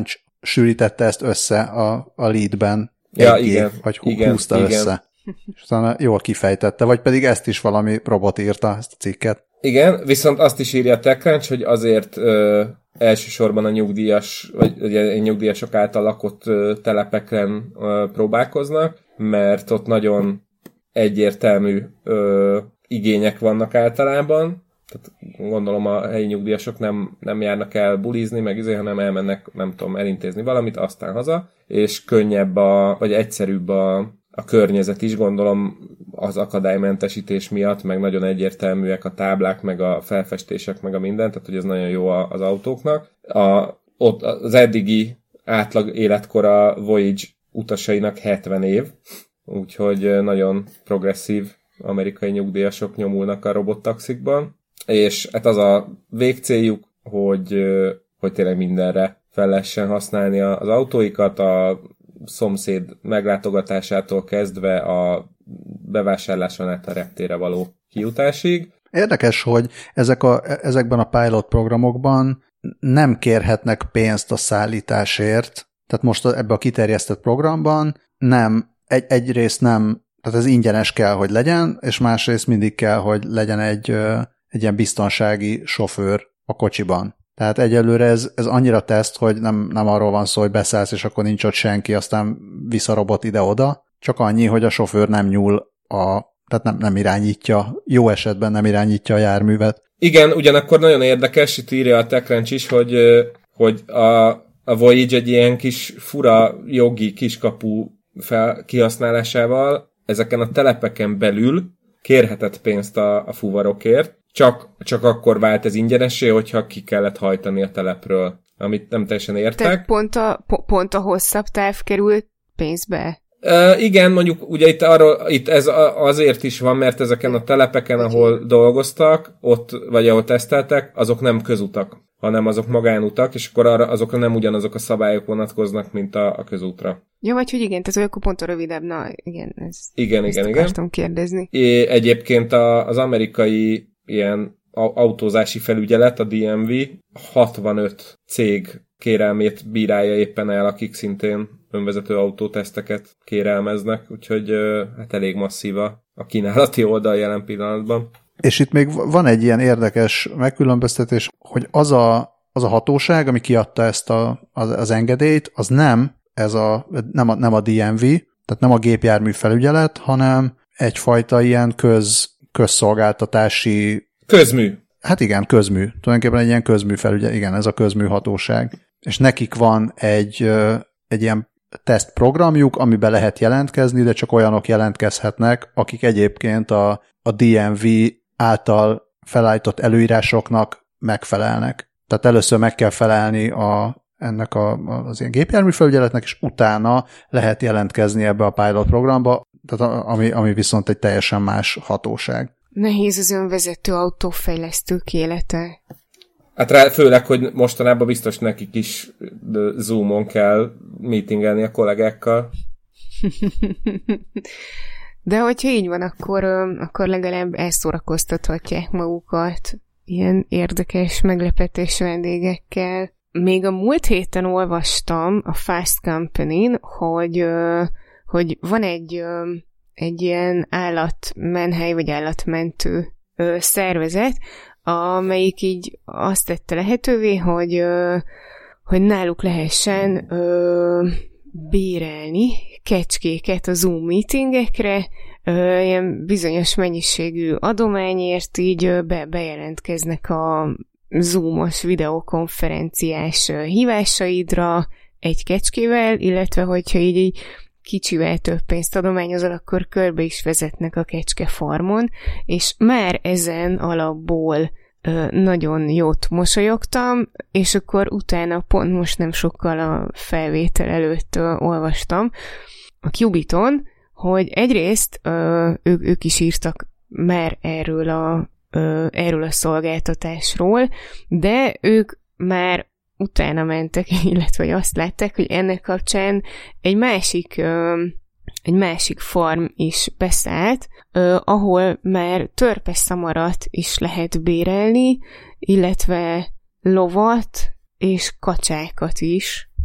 Speaker 1: sűrítette ezt össze a, a leadben.
Speaker 3: Ja,
Speaker 1: egy
Speaker 3: igen.
Speaker 1: Gép, vagy
Speaker 3: igen,
Speaker 1: húzta
Speaker 3: igen.
Speaker 1: össze. És utána jól kifejtette, vagy pedig ezt is valami robot írta, ezt a cikket.
Speaker 3: Igen, viszont azt is írja a TechCrunch, hogy azért ö, elsősorban a nyugdíjas, vagy ugye, nyugdíjasok által lakott ö, telepeken ö, próbálkoznak, mert ott nagyon egyértelmű ö, igények vannak általában. Tehát gondolom a helyi nyugdíjasok nem, nem járnak el bulizni, meg izé, hanem elmennek, nem tudom, elintézni valamit, aztán haza, és könnyebb, a, vagy egyszerűbb a, a környezet is, gondolom az akadálymentesítés miatt, meg nagyon egyértelműek a táblák, meg a felfestések, meg a minden, tehát hogy ez nagyon jó az autóknak. A, ott az eddigi átlag életkora Voyage utasainak hetven év, úgyhogy nagyon progresszív amerikai nyugdíjasok nyomulnak a robottaxikban, és hát az a végcéljuk, hogy, hogy tényleg mindenre fel lehessen használni az autóikat, a szomszéd meglátogatásától kezdve a bevásárláson át a reptére való kijutásig.
Speaker 1: Érdekes, hogy ezek a, ezekben a pilot programokban nem kérhetnek pénzt a szállításért, tehát most ebbe a kiterjesztett programban nem, egy, egyrészt nem, tehát ez ingyenes kell, hogy legyen, és másrészt mindig kell, hogy legyen egy, egy ilyen biztonsági sofőr a kocsiban. Tehát egyelőre ez, ez annyira teszt, hogy nem, nem arról van szó, hogy beszállsz, és akkor nincs ott senki, aztán visz a robot ide-oda, csak annyi, hogy a sofőr nem nyúl a, tehát nem, nem irányítja, jó esetben nem irányítja a járművet. Igen,
Speaker 3: ugyanakkor nagyon érdekes, itt írja a TechCrunch is, hogy, hogy a, a Voyage egy ilyen kis fura jogi kiskapu fel, kihasználásával ezeken a telepeken belül kérhetett pénzt a, a fuvarokért, csak, csak akkor vált ez ingyenessé, hogyha ki kellett hajtani a telepről, amit nem teljesen értek.
Speaker 2: Tehát pont a, pont a hosszabb táv került pénzbe?
Speaker 3: Uh, igen, mondjuk ugye itt, arról, itt ez azért is van, mert ezeken a telepeken, ahol dolgoztak, ott, vagy ahol teszteltek, azok nem közutak, hanem azok magánutak, és akkor arra, azokra nem ugyanazok a szabályok vonatkoznak, mint a, a közútra.
Speaker 2: Ja, vagy hogy igen, tehát akkor pont a rövidebb, na igen, ez,
Speaker 3: igen,
Speaker 2: ezt
Speaker 3: igen,
Speaker 2: akartam
Speaker 3: igen.
Speaker 2: kérdezni.
Speaker 3: É, egyébként a, az amerikai ilyen autózási felügyelet, a dé em vé, hatvanöt cég kérelmét bírálja éppen el, akik szintén önvezető autóteszteket kérelmeznek, úgyhogy hát elég masszív a kínálati oldal jelen pillanatban.
Speaker 1: És itt még van egy ilyen érdekes megkülönböztetés, hogy az a, az a hatóság, ami kiadta ezt a, az, az engedélyt, az nem, ez a, nem, a, nem a dé em vé, tehát nem a gépjármű felügyelet, hanem egyfajta ilyen köz, közszolgáltatási...
Speaker 3: Közmű.
Speaker 1: Hát igen, közmű. Tulajdonképpen egy ilyen közmű felügyelet, igen, ez a közmű hatóság. És nekik van egy, egy ilyen tesztprogramjuk, amiben lehet jelentkezni, de csak olyanok jelentkezhetnek, akik egyébként a, a dé em vé által felállított előírásoknak megfelelnek. Tehát először meg kell felelni a, ennek a, az ilyen gépjárműfelügyeletnek, és utána lehet jelentkezni ebbe a pilot programba, tehát ami, ami viszont egy teljesen más hatóság.
Speaker 2: Nehéz az önvezető autófejlesztők élete.
Speaker 3: Hát rá, főleg, hogy mostanában biztos nekik is Zoomon kell meetingelni a kollégákkal.
Speaker 2: De hogyha így van, akkor, akkor legalább elszórakoztathatják magukat ilyen érdekes meglepetés vendégekkel. Még a múlt héten olvastam a Fast Company-n, hogy, hogy van egy, egy ilyen állatmenhely, vagy állatmentő szervezet, amelyik így azt tette lehetővé, hogy, hogy náluk lehessen bérelni kecskéket a Zoom meetingekre, ilyen bizonyos mennyiségű adományért így be, bejelentkeznek a Zoomos videokonferenciás hívásaidra egy kecskével, illetve hogyha így, így kicsivel több pénzt adományozol, akkor körbe is vezetnek a kecskefarmon, és már ezen alapból ö, nagyon jót mosolyogtam, és akkor utána pont most nem sokkal a felvétel előtt ö, olvastam a Qubiton, hogy egyrészt ö, ők, ők is írtak már erről a, ö, erről a szolgáltatásról, de ők már utána mentek, illetve azt látták, hogy ennek kapcsán egy másik, ö, egy másik farm is beszállt, ö, ahol már törpeszamarat is lehet bérelni, illetve lovat és kacsákat is.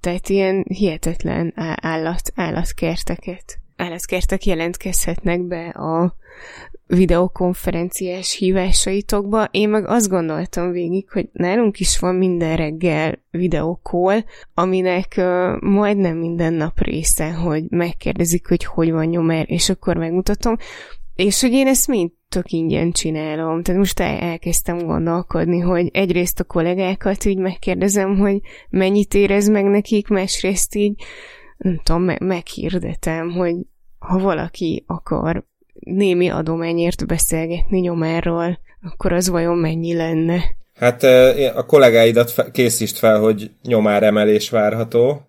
Speaker 2: Tehát ilyen hihetetlen állat, állatkerteket. Állatkertek jelentkezhetnek be a videokonferenciás hívásaitokba. Én meg azt gondoltam végig, hogy nálunk is van minden reggel videokól, aminek uh, majdnem minden nap része, hogy megkérdezik, hogy hogy van nyomer, és akkor megmutatom. És hogy én ezt mind tök ingyen csinálom. Tehát most el- elkezdtem gondolkodni, hogy egyrészt a kollégákat így megkérdezem, hogy mennyit érez meg nekik, másrészt így, nem tudom, me- meghirdetem, hogy ha valaki akar némi adományért beszélgetni nyomáról, akkor az vajon mennyi lenne?
Speaker 3: Hát a kollégáidat fe- készítsd fel, hogy nyomáremelés várható.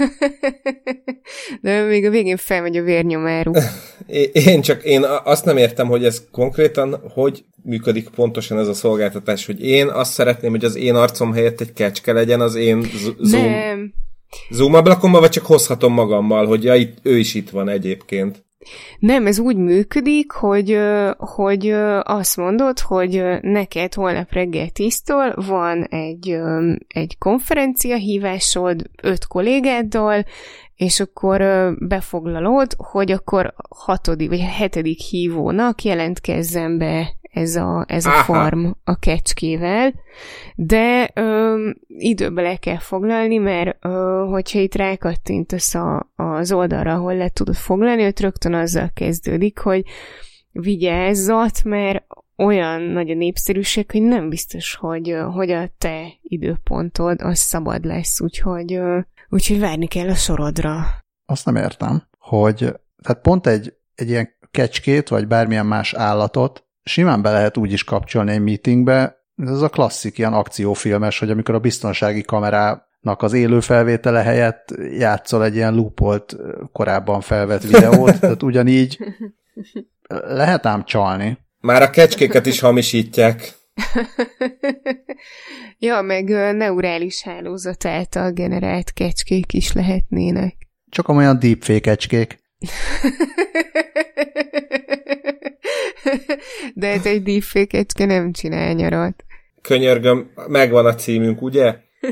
Speaker 2: De még a végén felmegy a vérnyomáruk.
Speaker 3: Én csak én azt nem értem, hogy ez konkrétan hogy működik pontosan ez a szolgáltatás, hogy én azt szeretném, hogy az én arcom helyett egy kecske legyen az én Zoom,
Speaker 2: nem.
Speaker 3: Zoom ablakomban, vagy csak hozhatom magammal, hogy ja, itt, ő is itt van egyébként.
Speaker 2: Nem, ez úgy működik, hogy, hogy azt mondod, hogy neked holnap reggel tíztől van egy, egy konferencia hívásod öt kollégáddal, és akkor befoglalod, hogy akkor hatodik vagy hetedik hívónak jelentkezzen be ez a, ez a farm a kecskével, de ö, időbe le kell foglalni, mert ö, hogyha itt rákattintasz a, az oldalra, ahol le tudod foglalni, ott rögtön azzal kezdődik, hogy vigyázzat, mert olyan nagy a népszerűség, hogy nem biztos, hogy, hogy a te időpontod az szabad lesz, úgyhogy, úgyhogy várni kell a sorodra.
Speaker 1: Azt nem értem, hogy tehát pont egy, egy ilyen kecskét, vagy bármilyen más állatot simán be lehet úgy is kapcsolni egy meetingbe, ez a klasszik ilyen akciófilmes, hogy amikor a biztonsági kamerának az élő felvétele helyett játszol egy ilyen loopolt, korábban felvett videót, tehát ugyanígy lehet ám csalni.
Speaker 3: Már a kecskéket is hamisítják.
Speaker 2: Ja, meg neurális hálózat által generált kecskék is lehetnének.
Speaker 1: Csak olyan deepfake kecskék.
Speaker 2: De hát egy deepfake kecske nem csinál nyarat.
Speaker 3: Könyörgöm, megvan a címünk, ugye?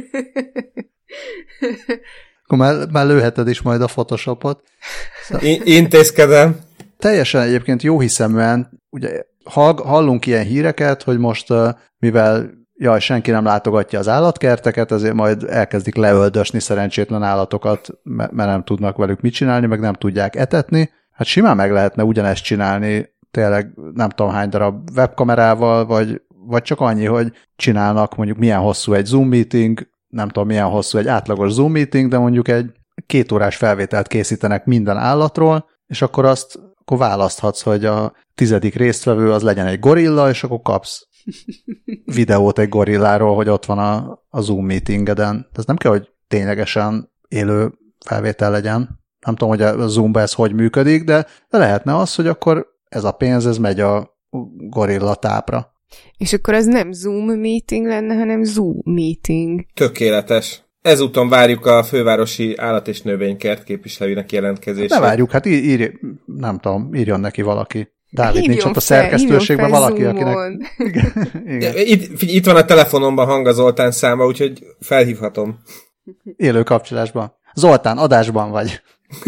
Speaker 1: Akkor már, már lőheted is majd a Photoshopot.
Speaker 3: I- intézkedem.
Speaker 1: Teljesen egyébként jóhiszeműen, ugye hallunk ilyen híreket, hogy most, mivel jaj, senki nem látogatja az állatkerteket, ezért majd elkezdik leöldösni szerencsétlen állatokat, mert nem tudnak velük mit csinálni, meg nem tudják etetni. Hát simán meg lehetne ugyanezt csinálni, tényleg nem tudom hány darab webkamerával, vagy, vagy csak annyi, hogy csinálnak mondjuk milyen hosszú egy Zoom meeting, nem tudom milyen hosszú egy átlagos Zoom meeting, de mondjuk egy két órás felvételt készítenek minden állatról, és akkor azt akkor választhatsz, hogy a tizedik résztvevő az legyen egy gorilla, és akkor kapsz videót egy gorilláról, hogy ott van a, a Zoom meetingeden. Ez nem kell, hogy ténylegesen élő felvétel legyen. Nem tudom, hogy a Zoomba ez hogy működik, de, de lehetne az, hogy akkor ez a pénz, ez megy a gorilla tápra.
Speaker 2: És akkor az nem Zoom meeting lenne, hanem Zoom meeting.
Speaker 3: Tökéletes. Ezúton várjuk a fővárosi állat- és növénykert képviselőinek jelentkezését.
Speaker 1: Ne várjuk, hát ír, ír, nem tudom, írjon neki valaki. Dávid,
Speaker 2: hívjon
Speaker 1: nincs ott a
Speaker 2: fel,
Speaker 1: szerkesztőségben valaki,
Speaker 2: Zoomon.
Speaker 1: akinek... Igen, igen.
Speaker 3: Itt, itt van a telefonomban Hanga Zoltán száma, úgyhogy felhívhatom.
Speaker 1: Élő kapcsolásban. Zoltán, adásban vagy.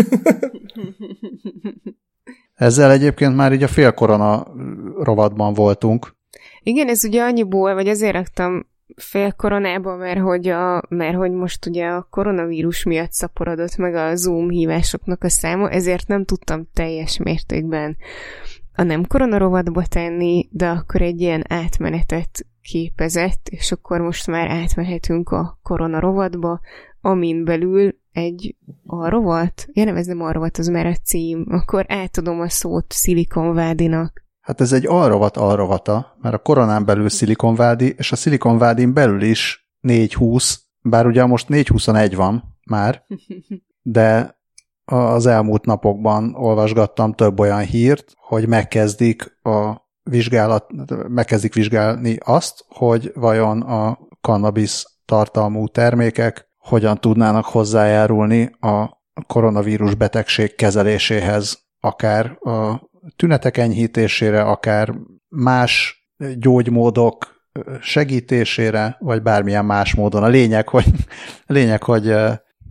Speaker 1: Ezzel egyébként már így a fél korona rovatban voltunk.
Speaker 2: Igen, ez ugye annyiból, vagy azért raktam fél koronában, mert hogy, a, mert hogy most ugye a koronavírus miatt szaporodott meg a Zoom hívásoknak a száma, ezért nem tudtam teljes mértékben a nem koronarovatba tenni, de akkor egy ilyen átmenetet képezett, és akkor most már átmehetünk a koronarovatba, amin belül egy arrovat, ja nem, ez nem arrovat, az már a cím, akkor átadom a szót Silicon Valley-nak.
Speaker 1: Hát ez egy alrovat alrovata, mert a koronán belül Silicon Valley, és a Silicon Valley-n belül is négy húsz, bár ugye most négy huszonegy van már, de az elmúlt napokban olvasgattam több olyan hírt, hogy megkezdik a vizsgálat, megkezdik vizsgálni azt, hogy vajon a cannabis tartalmú termékek hogyan tudnának hozzájárulni a koronavírus betegség kezeléséhez, akár a tünetek enyhítésére, akár más gyógymódok segítésére, vagy bármilyen más módon. A lényeg, hogy, a lényeg, hogy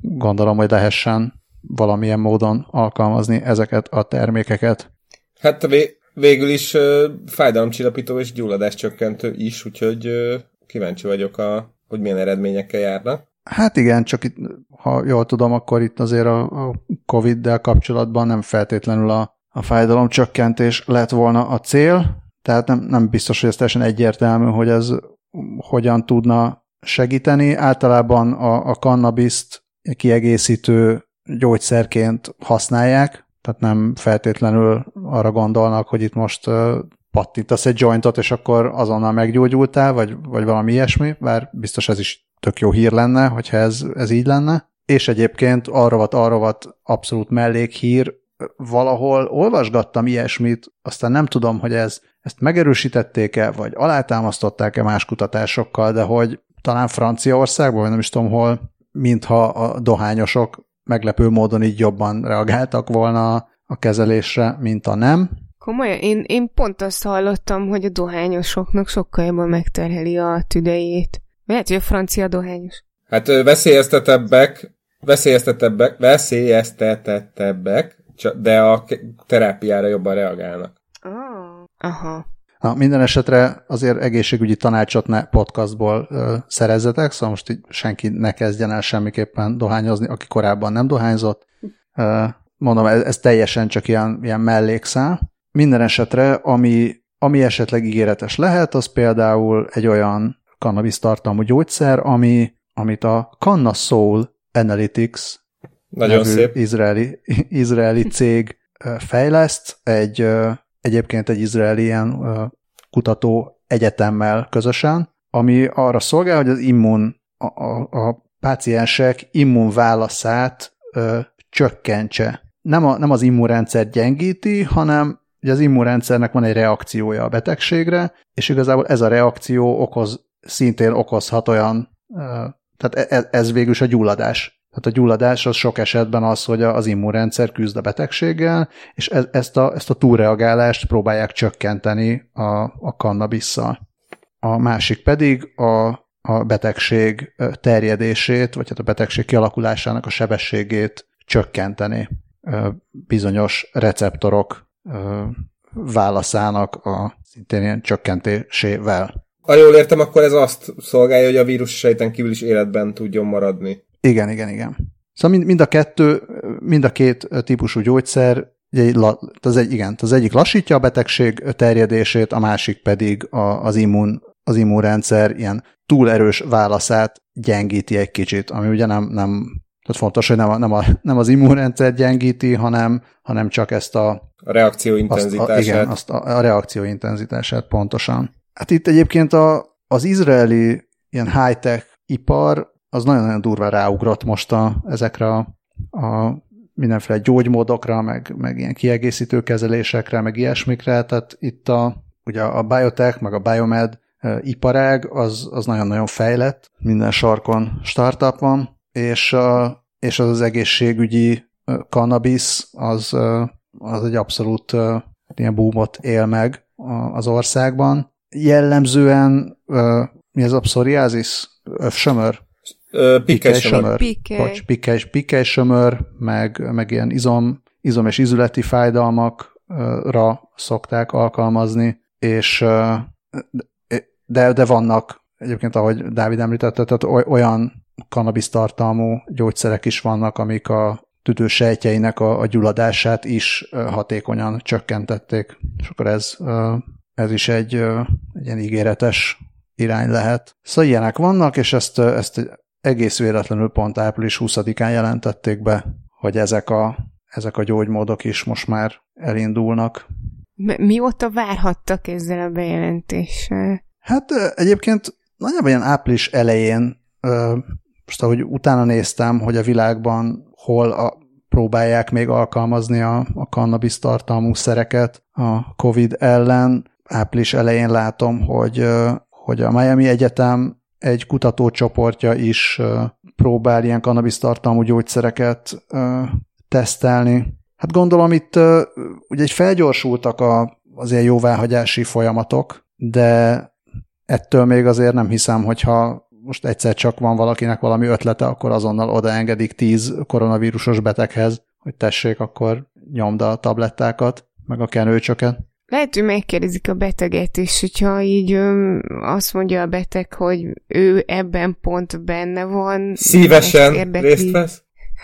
Speaker 1: gondolom, hogy lehessen valamilyen módon alkalmazni ezeket a termékeket.
Speaker 3: Hát vé- végül is uh, fájdalomcsillapító és gyulladáscsökkentő is, úgyhogy uh, kíváncsi vagyok, a, hogy milyen eredményekkel járnak.
Speaker 1: Hát igen, csak itt, ha jól tudom, akkor itt azért a, a Covid-del kapcsolatban nem feltétlenül a, a fájdalomcsökkentés lett volna a cél, tehát nem, nem biztos, hogy ez teljesen egyértelmű, hogy ez hogyan tudna segíteni. Általában a, a kannabiszt kiegészítő gyógyszerként használják, tehát nem feltétlenül arra gondolnak, hogy itt most uh, pattintasz egy jointot, és akkor azonnal meggyógyultál, vagy, vagy valami ilyesmi, bár biztos ez is tök jó hír lenne, hogyha ez, ez így lenne. És egyébként arrovat, arrovat abszolút mellékhír, valahol olvasgattam ilyesmit, aztán nem tudom, hogy ez, ezt megerősítették-e, vagy alátámasztották-e más kutatásokkal, de hogy talán Franciaországban, vagy nem is tudom hol, mintha a dohányosok meglepő módon így jobban reagáltak volna a kezelésre, mint a nem.
Speaker 2: Komolyan? Én, én pont azt hallottam, hogy a dohányosoknak sokkal jobban megterheli a tüdejét. Lehet, hogy a francia dohányos.
Speaker 3: Hát veszélyeztetebbek, veszélyeztetebbek, veszélyeztetettebbek, de a terápiára jobban reagálnak.
Speaker 2: Oh. Aha.
Speaker 1: Na, minden esetre azért egészségügyi tanácsot ne podcastból ö, szerezzetek, szóval most így senki ne kezdjen el semmiképpen dohányozni, aki korábban nem dohányzott. Ö, mondom, ez, ez teljesen csak ilyen, ilyen mellékszál. Minden esetre, ami, ami esetleg ígéretes lehet, az például egy olyan cannabis tartalmú gyógyszer, ami, amit a Cannasoul Analytics
Speaker 3: nagyon szép
Speaker 1: izraeli, izraeli cég fejleszt, egy egyébként egy izraeli ilyen kutató egyetemmel közösen, ami arra szolgál, hogy az immun, a, a, a páciensek immunválaszát ö, csökkentse. Nem, a, nem az immunrendszer gyengíti, hanem ugye az immunrendszernek van egy reakciója a betegségre, és igazából ez a reakció okoz, szintén okozhat olyan, ö, tehát ez, ez végül is a gyulladás. Tehát a gyulladás az sok esetben az, hogy az immunrendszer küzd a betegséggel, és ez, ezt, a, ezt a túlreagálást próbálják csökkenteni a, a kannabisszal. A másik pedig a, a betegség terjedését, vagy hát a betegség kialakulásának a sebességét csökkenteni bizonyos receptorok válaszának a szintén ilyen csökkentésével.
Speaker 3: Ha jól értem, akkor ez azt szolgálja, hogy a vírus sejten kívül is életben tudjon maradni.
Speaker 1: Igen, igen, igen. Szóval mind, mind a kettő, mind a két típusú gyógyszer, az, egy, igen, az egyik lassítja a betegség terjedését, a másik pedig a, az, immun, az immunrendszer ilyen túl erős válaszát gyengíti egy kicsit, ami ugye nem, nem tehát fontos, hogy nem, a, nem, a, nem az immunrendszer gyengíti, hanem, hanem csak ezt a...
Speaker 3: A reakció intenzitását.
Speaker 1: Azt a, igen, azt a, a reakció intenzitását pontosan. Hát itt egyébként a, az izraeli ilyen high-tech ipar az nagyon-nagyon durván ráugrott most a, ezekre a, a mindenféle gyógymódokra, meg, meg ilyen kiegészítő kezelésekre, meg ilyesmikre, tehát itt a, ugye a biotech, meg a biomed e, iparág az, az nagyon-nagyon fejlett, minden sarkon startup van, és, a, és az, az egészségügyi cannabis az, az egy abszolút e, ilyen boomot él meg az országban. Jellemzően e, mi ez a psoriasis? Övsömör?
Speaker 3: Pikkelysömör.
Speaker 1: Pikkelysömör, meg, meg ilyen izom, izom és izületi fájdalmakra szokták alkalmazni, és de, de vannak, egyébként ahogy Dávid említette, tehát olyan cannabis tartalmú gyógyszerek is vannak, amik a tüdősejtjeinek a, a gyulladását is hatékonyan csökkentették. És akkor ez, ez is egy, egy ilyen ígéretes irány lehet. Szóval ilyenek vannak, és ezt, ezt egész véletlenül pont április huszadikán jelentették be, hogy ezek a, ezek a gyógymódok is most már elindulnak.
Speaker 2: Mióta várhattak ezzel a bejelentéssel?
Speaker 1: Hát egyébként nagyjából ilyen április elején, most ahogy utána néztem, hogy a világban hol a, próbálják még alkalmazni a, a cannabis tartalmú szereket a Covid ellen, április elején látom, hogy, hogy a Miami Egyetem egy kutatócsoportja is uh, próbál ilyen cannabis tartalmú gyógyszereket uh, tesztelni. Hát gondolom itt uh, ugye egy felgyorsultak a, az ilyen jóváhagyási folyamatok, de ettől még azért nem hiszem, hogyha most egyszer csak van valakinek valami ötlete, akkor azonnal odaengedik tíz koronavírusos beteghez, hogy tessék, akkor nyomd a tablettákat, meg a kenőcsöket.
Speaker 2: Lehet, hogy megkérdezik a beteget, és hogyha így öm, azt mondja a beteg, hogy ő ebben pont benne van.
Speaker 3: Szívesen részt vesz.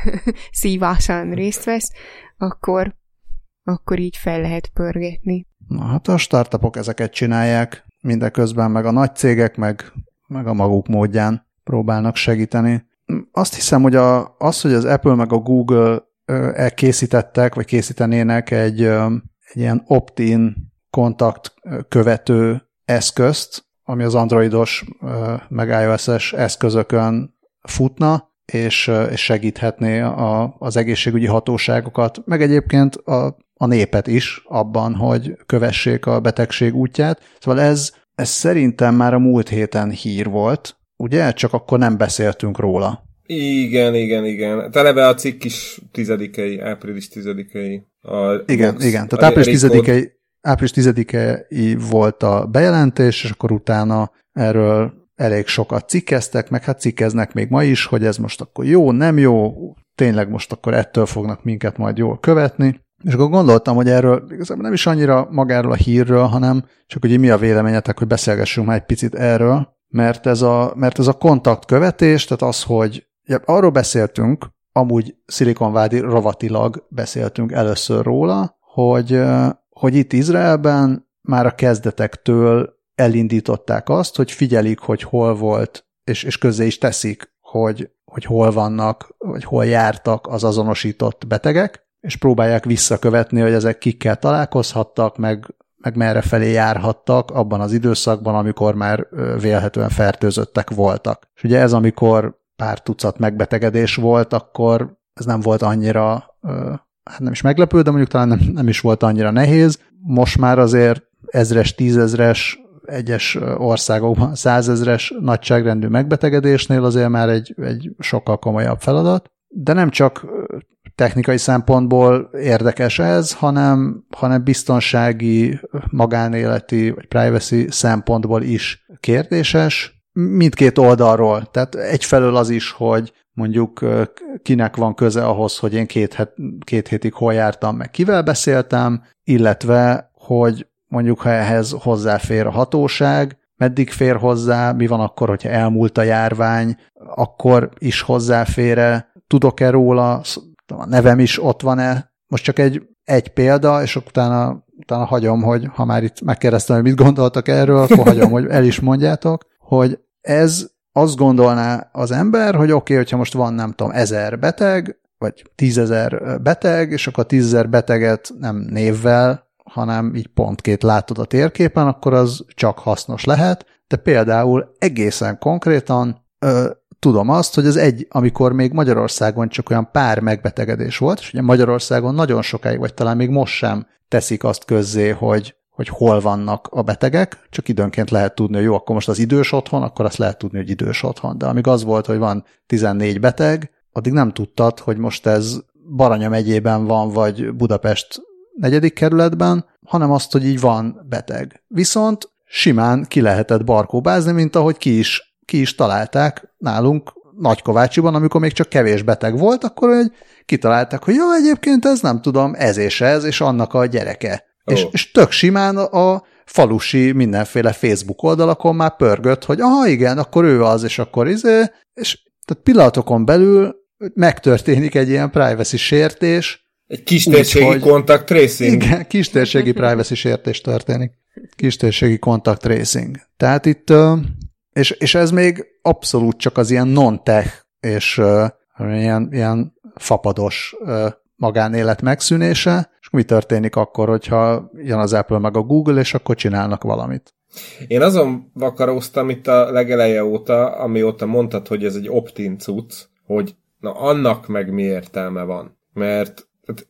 Speaker 2: Szívesen részt vesz, akkor, akkor így fel lehet pörgetni.
Speaker 1: Na hát a startupok ezeket csinálják, mindeközben meg a nagy cégek, meg, meg a maguk módján próbálnak segíteni. Azt hiszem, hogy a, az, hogy az Apple meg a Google elkészítettek, vagy készítenének egy, egy ilyen opt-in kontakt követő eszközt, ami az androidos meg iOS-es eszközökön futna, és, és segíthetné a, az egészségügyi hatóságokat, meg egyébként a, a népet is abban, hogy kövessék a betegség útját. Szóval ez, ez szerintem már a múlt héten hír volt, ugye? Csak akkor nem beszéltünk róla.
Speaker 3: Igen, igen, igen. Telebe a cikk is tizedikei, április tizedikei. A
Speaker 1: igen, box, igen. Tehát április tizedikei, április tizedikei volt a bejelentés, és akkor utána erről elég sokat cikkeztek, meg hát cikkeznek még ma is, hogy ez most akkor jó, nem jó, tényleg most akkor ettől fognak minket majd jól követni. És akkor gondoltam, hogy erről igazából nem is annyira magáról a hírről, hanem csak hogy mi a véleményetek, hogy beszélgessünk már egy picit erről, mert ez a, mert ez a kontaktkövetés, tehát az, hogy ja, arról beszéltünk, amúgy Silicon Valley rovatilag beszéltünk először róla, hogy, hogy itt Izraelben már a kezdetektől elindították azt, hogy figyelik, hogy hol volt, és, és közzé is teszik, hogy, hogy hol vannak, vagy hol jártak az azonosított betegek, és próbálják visszakövetni, hogy ezek kikkel találkozhattak, meg, meg merre felé járhattak abban az időszakban, amikor már vélhetően fertőzöttek voltak. És ugye ez, amikor pár tucat megbetegedés volt, akkor ez nem volt annyira, hát nem is meglepő, de mondjuk talán nem, nem is volt annyira nehéz. Most már azért ezres, tízezres, egyes országokban százezres nagyságrendű megbetegedésnél azért már egy, egy sokkal komolyabb feladat. De nem csak technikai szempontból érdekes ez, hanem, hanem biztonsági, magánéleti vagy privacy szempontból is kérdéses. Mindkét oldalról. Tehát egyfelől az is, hogy mondjuk kinek van köze ahhoz, hogy én két, het, két hétig hol jártam, meg kivel beszéltem, illetve, hogy mondjuk, ha ehhez hozzáfér a hatóság, meddig fér hozzá, mi van akkor, hogyha elmúlt a járvány, akkor is hozzáfér-e, tudok-e róla, a nevem is ott van-e. Most csak egy, egy példa, és utána, utána hagyom, hogy ha már itt megkérdeztem, hogy mit gondoltak erről, akkor hagyom, hogy el is mondjátok, hogy ez azt gondolná az ember, hogy oké, okay, hogyha most van nem tudom, ezer beteg, vagy tízezer beteg, és akkor a tízezer beteget nem névvel, hanem így pontként látod a térképen, akkor az csak hasznos lehet, de például egészen konkrétan ö, tudom azt, hogy az egy, amikor még Magyarországon csak olyan pár megbetegedés volt, és ugye Magyarországon nagyon sokáig, vagy talán még most sem teszik azt közzé, hogy, hogy hol vannak a betegek, csak időnként lehet tudni, hogy jó, akkor most az idős otthon, akkor azt lehet tudni, hogy idős otthon. De amíg az volt, hogy van tizennégy beteg, addig nem tudtad, hogy most ez Baranya megyében van, vagy Budapest negyedik kerületben, hanem azt, hogy így van beteg. Viszont simán ki lehetett barkóbázni, mint ahogy ki is, ki is találták nálunk Nagykovácsiban, amikor még csak kevés beteg volt, akkor hogy kitalálták, hogy jó, egyébként ez nem tudom, ez és ez, és annak a gyereke. Oh. És, és tök simán a falusi mindenféle Facebook oldalakon már pörgött, hogy aha, igen, akkor ő az, és akkor izé, és tehát pillanatokon belül megtörténik egy ilyen privacy sértés.
Speaker 3: Egy kistérségi úgy, contact tracing.
Speaker 1: Igen, kistérségi privacy sértés történik. Kistérségi contact tracing. Tehát itt, és, és ez még abszolút csak az ilyen non-tech és uh, ilyen, ilyen fapados uh, magánélet megszűnése, és mi történik akkor, hogyha jön az Apple meg a Google, és akkor csinálnak valamit.
Speaker 3: Én azon vakaróztam itt a legeleje óta, amióta mondtad, hogy ez egy opt-in cucc, hogy na annak meg mi értelme van. Mert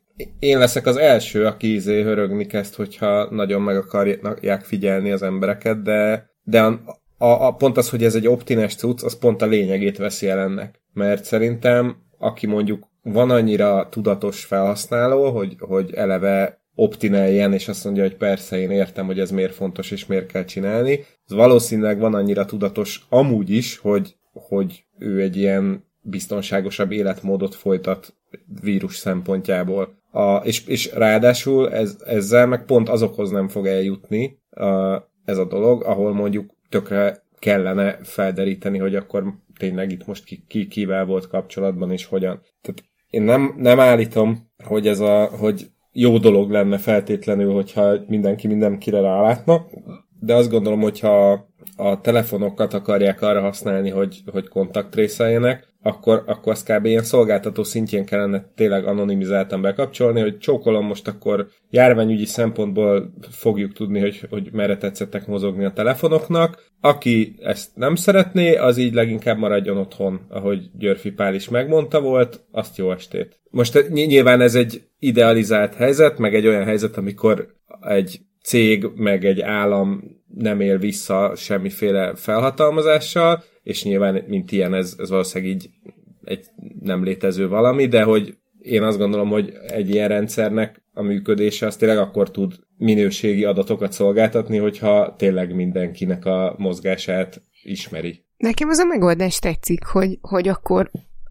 Speaker 3: én leszek az első, aki izé hörögni kezd, hogyha nagyon meg akarják figyelni az embereket, de, de a, a, a, pont az, hogy ez egy opt-ines cucc, az pont a lényegét veszi el ennek. Mert szerintem, aki mondjuk van annyira tudatos felhasználó, hogy, hogy eleve optineljen, és azt mondja, hogy persze, én értem, hogy ez miért fontos, és miért kell csinálni, az valószínűleg van annyira tudatos amúgy is, hogy hogy ő egy ilyen biztonságosabb életmódot folytat vírus szempontjából. A, és, és ráadásul ez, ezzel meg pont azokhoz nem fog eljutni a, ez a dolog, ahol mondjuk tökre kellene felderíteni, hogy akkor tényleg itt most ki, ki kivel volt kapcsolatban, és hogyan. Tehát én nem, nem állítom, hogy ez a, hogy jó dolog lenne feltétlenül, hogyha mindenki mindenkire rálátna, de azt gondolom, hogyha a telefonokat akarják arra használni, hogy, hogy kontaktrészeljenek, akkor, akkor azt kb. Ilyen szolgáltató szintjén kellene tényleg anonimizáltan bekapcsolni, hogy csókolom most akkor járványügyi szempontból fogjuk tudni, hogy, hogy merre tetszettek mozogni a telefonoknak. Aki ezt nem szeretné, az így leginkább maradjon otthon, ahogy Györfi Pál is megmondta volt, azt jó estét. Most nyilván ez egy idealizált helyzet, meg egy olyan helyzet, amikor egy cég, meg egy állam nem él vissza semmiféle felhatalmazással, és nyilván, mint ilyen, ez, ez valószínűleg így egy nem létező valami, de hogy én azt gondolom, hogy egy ilyen rendszernek a működése az tényleg akkor tud minőségi adatokat szolgáltatni, hogyha tényleg mindenkinek a mozgását ismeri.
Speaker 2: Nekem az a megoldás tetszik, hogy, hogy akkor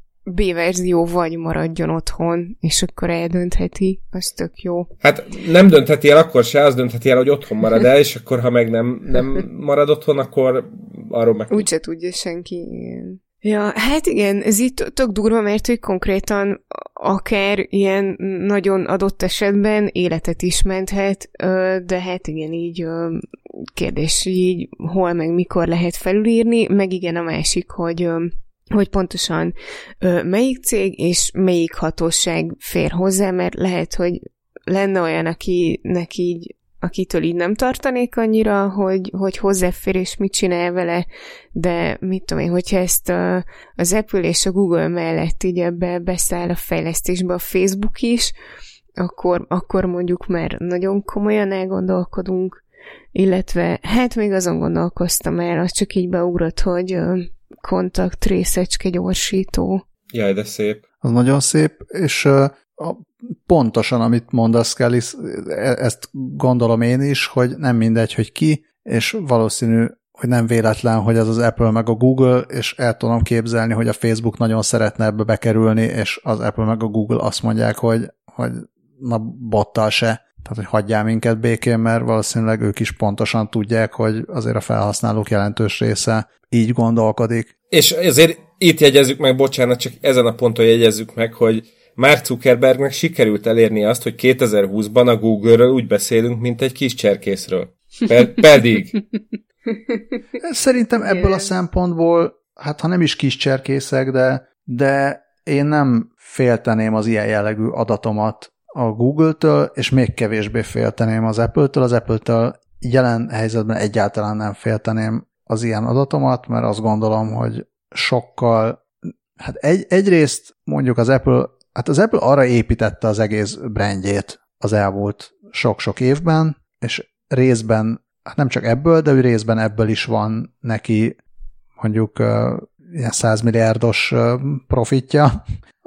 Speaker 2: B-verzió vagy maradjon otthon, és akkor eldöntheti, az tök jó.
Speaker 3: Hát nem döntheti el akkor se, az döntheti el, hogy otthon marad el, és akkor ha meg nem, nem marad otthon, akkor arról meg...
Speaker 2: Úgyse tudja senki, igen. Ja, hát igen, ez itt tök durva, mert hogy konkrétan akár ilyen nagyon adott esetben életet is menthet, de hát igen, így kérdés, így hol meg mikor lehet felülírni, meg igen a másik, hogy hogy pontosan ö, melyik cég és melyik hatóság fér hozzá, mert lehet, hogy lenne olyan, akinek így, akitől így nem tartanék annyira, hogy, hogy hozzáfér és mit csinál vele, de mit tudom én, hogyha ezt a, az Apple és a Google mellett így ebbe beszáll a fejlesztésbe a Facebook is, akkor, akkor mondjuk már nagyon komolyan elgondolkodunk, illetve hát még azon gondolkoztam el, az csak így beugrott, hogy kontakt részecske gyorsító.
Speaker 3: Jaj, de szép.
Speaker 1: Az nagyon szép, és uh, a, pontosan, amit mondasz, Kelly, ezt gondolom én is, hogy nem mindegy, hogy ki, és valószínű, hogy nem véletlen, hogy ez az Apple meg a Google, és el tudom képzelni, hogy a Facebook nagyon szeretne ebbe bekerülni, és az Apple meg a Google azt mondják, hogy, hogy na bottal se. Tehát, hogy hagyjál minket békén, mert valószínűleg ők is pontosan tudják, hogy azért a felhasználók jelentős része így gondolkodik.
Speaker 3: És ezért itt jegyezzük meg, bocsánat, csak ezen a ponton jegyezzük meg, hogy Mark Zuckerbergnek sikerült elérni azt, hogy kétezer-húszban a Google-ről úgy beszélünk, mint egy kis cserkészről. Pe- pedig.
Speaker 1: Szerintem ebből a szempontból, hát ha nem is kis cserkészek, de, de én nem félteném az ilyen jellegű adatomat a Google-től, és még kevésbé félteném az Apple-től. Az Apple-től jelen helyzetben egyáltalán nem félteném az ilyen adatomat, mert azt gondolom, hogy sokkal, hát egy, egyrészt mondjuk az Apple, hát az Apple arra építette az egész brandjét az elmúlt sok-sok évben, és részben, hát nem csak ebből, de részben ebből is van neki mondjuk uh, ilyen százmilliárdos uh, profitja,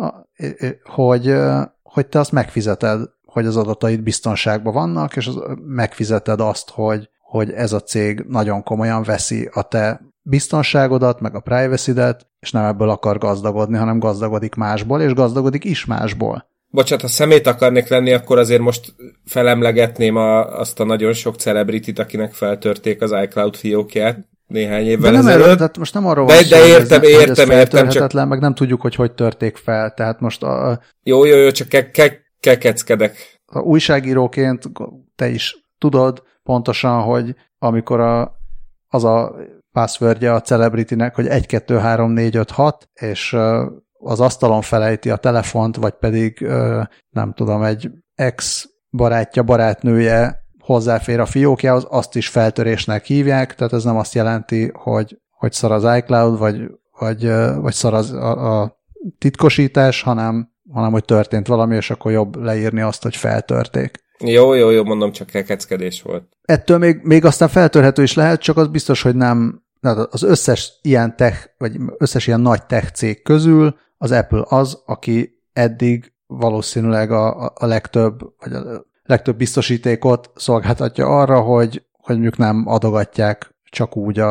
Speaker 1: hogy uh, hogy te azt megfizeted, hogy az adataid biztonságban vannak, és az, megfizeted azt, hogy, hogy ez a cég nagyon komolyan veszi a te biztonságodat, meg a privacy-det, és nem ebből akar gazdagodni, hanem gazdagodik másból, és gazdagodik is másból.
Speaker 3: Bocsánat, ha szemét akarnék lenni, akkor azért most felemlegetném a, azt a nagyon sok celebritit, akinek feltörték az iCloud fiókját néhány évvel
Speaker 1: de nem
Speaker 3: ezelőtt.
Speaker 1: Erről, tehát most nem arról
Speaker 3: de,
Speaker 1: van
Speaker 3: de
Speaker 1: szó,
Speaker 3: értem,
Speaker 1: hogy ez,
Speaker 3: értem,
Speaker 1: hogy ez
Speaker 3: értem, csak...
Speaker 1: meg nem tudjuk, hogy hogy törték fel. Tehát most a...
Speaker 3: Jó, jó, jó, csak ke- ke- kekeckedek.
Speaker 1: A újságíróként te is tudod pontosan, hogy amikor a, az a passwordje a celebritynek, hogy egy kettő három négy öt hat, és az asztalon felejti a telefont, vagy pedig nem tudom, egy ex barátja, barátnője hozzáfér a fiókjához, azt is feltörésnek hívják, tehát ez nem azt jelenti, hogy, hogy szar az iCloud, vagy, vagy, vagy szar az, a, a titkosítás, hanem, hanem hogy történt valami, és akkor jobb leírni azt, hogy feltörték.
Speaker 3: Jó, jó, jó, mondom, csak kekeckedés volt.
Speaker 1: Ettől még, még aztán feltörhető is lehet, csak az biztos, hogy nem, az összes ilyen tech, vagy összes ilyen nagy tech cég közül az Apple az, aki eddig valószínűleg a, a legtöbb, vagy a legtöbb biztosítékot szolgáltatja arra, hogy, hogy mondjuk nem adogatják csak úgy a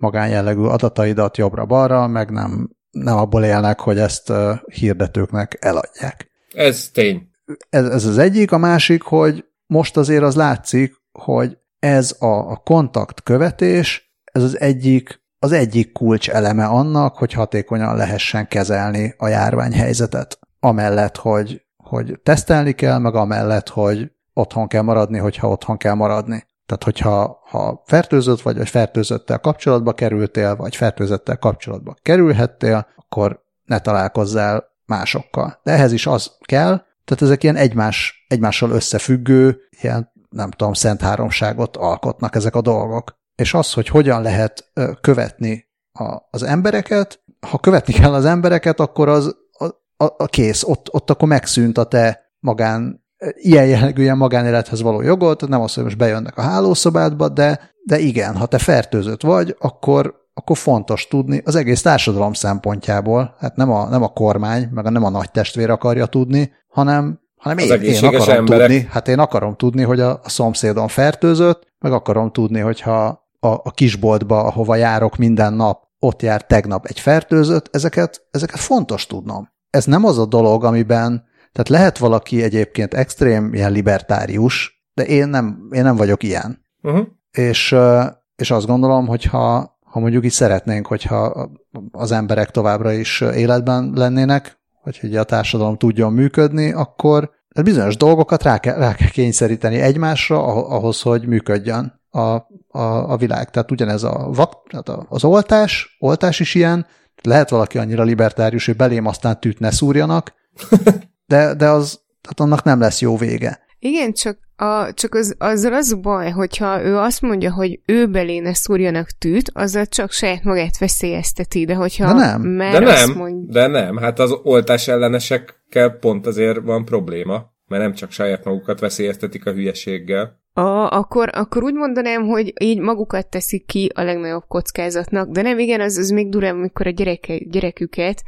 Speaker 1: magánjellegű adataidat jobbra-balra, meg nem, nem abból élnek, hogy ezt hirdetőknek eladják.
Speaker 3: Ez tény.
Speaker 1: Ez, ez az egyik, a másik, hogy most azért az látszik, hogy ez a, a kontaktkövetés, ez az egyik, az egyik kulcs eleme annak, hogy hatékonyan lehessen kezelni a járványhelyzetet. Amellett, hogy, hogy tesztelni kell, meg amellett, hogy otthon kell maradni, hogyha otthon kell maradni. Tehát, hogyha ha fertőzött vagy, vagy fertőzöttel kapcsolatba kerültél, vagy fertőzöttel kapcsolatba kerülhettél, akkor ne találkozzál másokkal. De ehhez is az kell, tehát ezek ilyen egymás, egymással összefüggő, ilyen nem tudom, szent háromságot alkotnak ezek a dolgok. És az, hogy hogyan lehet követni a, az embereket, ha követni kell az embereket, akkor az a, a, a kész, ott, ott akkor megszűnt a te magán, ilyen jellegű ilyen magánélethez való jogod, nem az, hogy most bejönnek a hálószobádba, de, de igen, ha te fertőzött vagy, akkor, akkor fontos tudni az egész társadalom szempontjából, hát nem a, nem a kormány, meg nem a nagy testvér akarja tudni, hanem hanem én, én akarom emberek. tudni, hát én akarom tudni, hogy a, a szomszédon fertőzött, meg akarom tudni, hogyha a, a kisboltba, ahova járok minden nap, ott jár tegnap egy fertőzött, ezeket, ezeket fontos tudnom. Ez nem az a dolog, amiben, tehát lehet valaki egyébként extrém ilyen libertárius, de én nem, én nem vagyok ilyen. Uh-huh. És, és azt gondolom, hogy ha, ha mondjuk így szeretnénk, hogyha az emberek továbbra is életben lennének, vagy hogy a társadalom tudjon működni, akkor bizonyos dolgokat rá kell, rá kell kényszeríteni egymásra ahhoz, hogy működjön a, a, a világ. Tehát ugyanez a vak, tehát az oltás, oltás is ilyen, lehet valaki annyira libertárius, hogy belém aztán tűt ne szúrjanak, de, de az, tehát annak nem lesz jó vége.
Speaker 2: Igen, csak, a, csak az, azzal az baj, hogyha ő azt mondja, hogy ő belé ne szúrjanak tűt, azzal csak saját magát veszélyezteti, de hogyha
Speaker 1: de nem.
Speaker 2: már
Speaker 3: de nem,
Speaker 2: azt mondja...
Speaker 3: De nem, hát az oltás ellenesekkel pont azért van probléma, mert nem csak saját magukat veszélyeztetik a hülyeséggel.
Speaker 2: A, akkor, akkor úgy mondanám, hogy így magukat teszik ki a legnagyobb kockázatnak, de nem, igen, az, az még durvább, amikor a gyereke, gyereküket,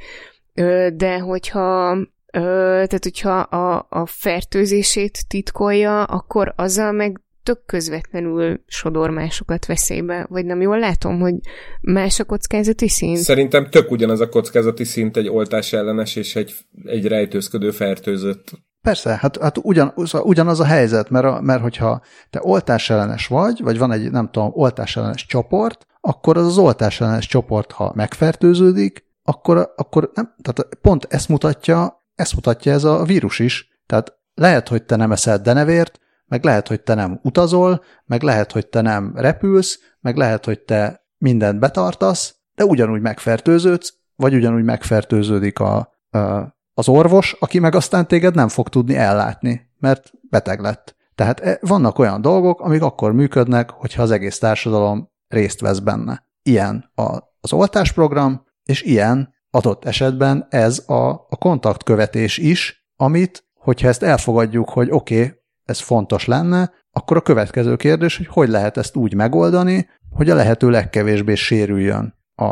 Speaker 2: de hogyha... Ö, tehát, hogyha a, a fertőzését titkolja, akkor azzal meg tök közvetlenül sodor másokat veszélybe. Vagy nem jól látom, hogy más a kockázati szint?
Speaker 3: Szerintem tök ugyanaz a kockázati szint egy oltás ellenes és egy, egy rejtőzködő fertőzött.
Speaker 1: Persze, hát, hát ugyan, ugyanaz a helyzet, mert, a, mert hogyha te oltás ellenes vagy, vagy van egy, nem tudom, oltás ellenes csoport, akkor az az oltás ellenes csoport, ha megfertőződik, akkor, akkor nem, tehát pont ezt mutatja, Ezt mutatja ez a vírus is. Tehát lehet, hogy te nem eszel denevért, meg lehet, hogy te nem utazol, meg lehet, hogy te nem repülsz, meg lehet, hogy te mindent betartasz, de ugyanúgy megfertőződsz, vagy ugyanúgy megfertőződik a, a, az orvos, aki meg aztán téged nem fog tudni ellátni, mert beteg lett. Tehát vannak olyan dolgok, amik akkor működnek, hogyha az egész társadalom részt vesz benne. Ilyen a, az oltásprogram, és ilyen adott esetben ez a, a kontaktkövetés is, amit, hogyha ezt elfogadjuk, hogy oké, okay, ez fontos lenne, akkor a következő kérdés, hogy hogy lehet ezt úgy megoldani, hogy a lehető legkevésbé sérüljön a,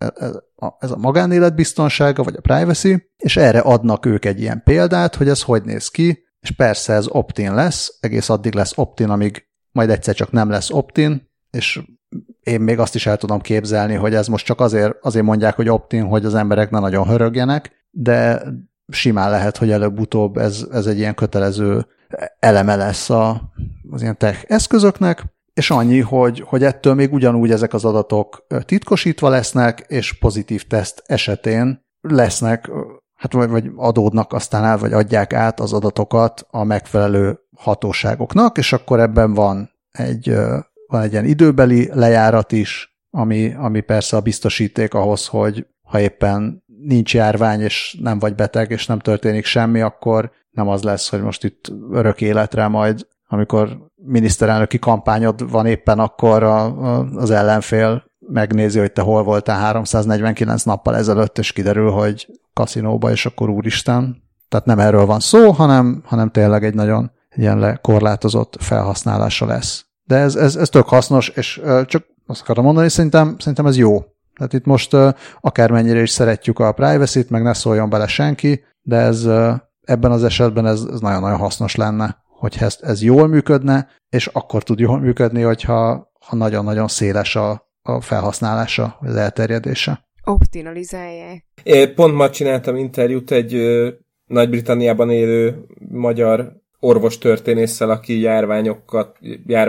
Speaker 1: a, ez a magánélet biztonsága, vagy a privacy, és erre adnak ők egy ilyen példát, hogy ez hogy néz ki, és persze ez opt-in lesz, egész addig lesz opt-in, amíg majd egyszer csak nem lesz opt-in, és én még azt is el tudom képzelni, hogy ez most csak azért, azért mondják, hogy opt-in, hogy az emberek ne nagyon hörögjenek, de simán lehet, hogy előbb-utóbb ez, ez egy ilyen kötelező eleme lesz a, az ilyen tech eszközöknek, és annyi, hogy, hogy ettől még ugyanúgy ezek az adatok titkosítva lesznek, és pozitív teszt esetén lesznek, hát vagy, vagy adódnak aztán át, vagy adják át az adatokat a megfelelő hatóságoknak, és akkor ebben van egy van egy ilyen időbeli lejárat is, ami, ami persze a biztosíték ahhoz, hogy ha éppen nincs járvány, és nem vagy beteg, és nem történik semmi, akkor nem az lesz, hogy most itt örök életre majd, amikor miniszterelnöki kampányod van éppen, akkor a, a, az ellenfél megnézi, hogy te hol voltál háromszáznegyvenkilenc nappal ezelőtt, és kiderül, hogy kaszinóba, és akkor úristen. Tehát nem erről van szó, hanem, hanem tényleg egy nagyon ilyen korlátozott felhasználása lesz. De ez, ez, ez tök hasznos, és uh, csak azt akarom mondani, szerintem, szerintem ez jó. Tehát itt most uh, akármennyire is szeretjük a privacy-t, meg ne szóljon bele senki, de ez, uh, ebben az esetben ez, ez nagyon-nagyon hasznos lenne, hogyha ez, ez jól működne, és akkor tud jól működni, hogyha ha nagyon-nagyon széles a, a felhasználása, az elterjedése.
Speaker 2: Optimalizálják.
Speaker 3: É, pont ma csináltam interjút egy ö, Nagy-Britanniában élő magyar orvostörténésszel, aki járványokat,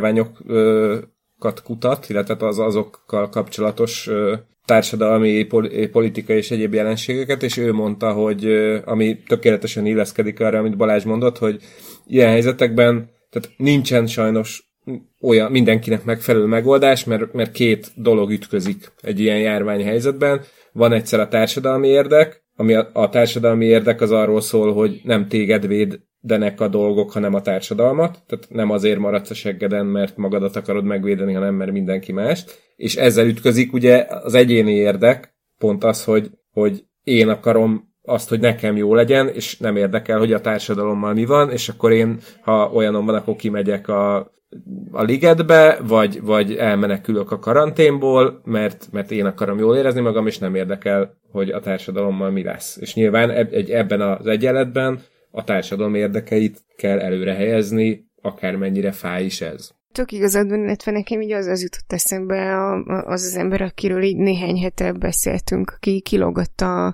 Speaker 3: járványokat kutat, illetve az azokkal kapcsolatos ö, társadalmi, politikai és egyéb jelenségeket, és ő mondta, hogy ö, ami tökéletesen illeszkedik arra, amit Balázs mondott, hogy ilyen helyzetekben tehát nincsen sajnos olyan mindenkinek megfelelő megoldás, mert, mert két dolog ütközik egy ilyen járványhelyzetben. Van egyszer a társadalmi érdek, ami a, a társadalmi érdek az arról szól, hogy nem téged védenek a dolgok, hanem a társadalmat. Tehát nem azért maradsz a seggeden, mert magadat akarod megvédeni, hanem mert mindenki mást. És ezzel ütközik ugye az egyéni érdek, pont az, hogy, hogy én akarom azt, hogy nekem jó legyen, és nem érdekel, hogy a társadalommal mi van, és akkor én, ha olyanom van, akkor kimegyek a, a ligetbe, vagy, vagy elmenekülök a karanténból, mert, mert én akarom jól érezni magam, és nem érdekel, hogy a társadalommal mi lesz. És nyilván eb- egy, ebben az egyenletben a társadalom érdekeit kell előre helyezni, akármennyire fáj is ez.
Speaker 2: Tök igazad van, illetve nekem így az, az jutott eszembe a, az az ember, akiről így néhány hete beszéltünk, aki kilógott a,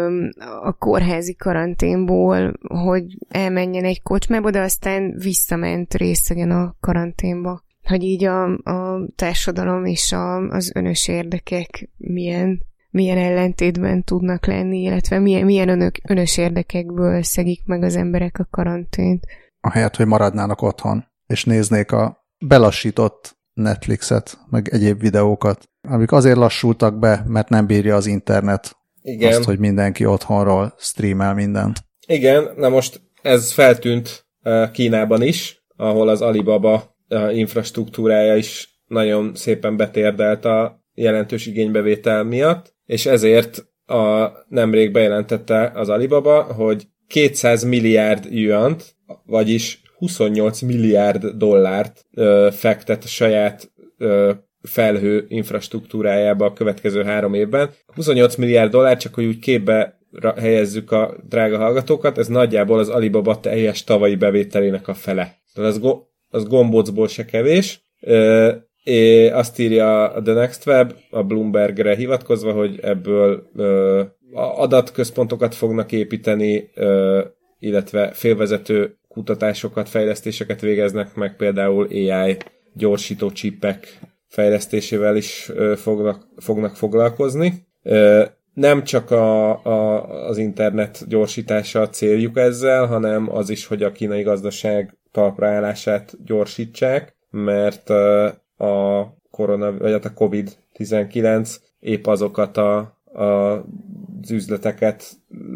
Speaker 2: a kórházi karanténból, hogy elmenjen egy kocsmába, de aztán visszament részegen a karanténba. Hogy így a, a társadalom és a, az önös érdekek milyen, milyen ellentétben tudnak lenni, illetve milyen, milyen önök, önös érdekekből szegik meg az emberek a karantént.
Speaker 1: Ahelyett, hogy maradnának otthon, és néznék a belassított Netflixet, meg egyéb videókat, amik azért lassultak be, mert nem bírja az internet. Igen. Azt, hogy mindenki otthonról streamel mindent.
Speaker 3: Igen, na most ez feltűnt Kínában is, ahol az Alibaba infrastruktúrája is nagyon szépen betérdelt a jelentős igénybevétel miatt, és ezért a, nemrég bejelentette az Alibaba, hogy kétszáz milliárd yuant, vagyis huszonnyolc milliárd dollárt ö, fektet a saját ö, felhő infrastruktúrájába a következő három évben. huszonnyolc milliárd dollár, csak hogy úgy képbe helyezzük a drága hallgatókat, ez nagyjából az Alibaba teljes tavalyi bevételének a fele. Tehát az, go- az gombócból se kevés. Ö, és azt írja a The Next Web, a Bloombergre hivatkozva, hogy ebből ö, adatközpontokat fognak építeni, ö, illetve félvezető kutatásokat, fejlesztéseket végeznek meg, például á i gyorsító csipek fejlesztésével is ö, fognak, fognak foglalkozni. Ö, nem csak a, a, az internet gyorsítása a céljuk ezzel, hanem az is, hogy a kínai gazdaság talpraállását gyorsítsák, mert ö, a korona, vagy a kovid tizenkilenc épp azokat a, a, az üzleteket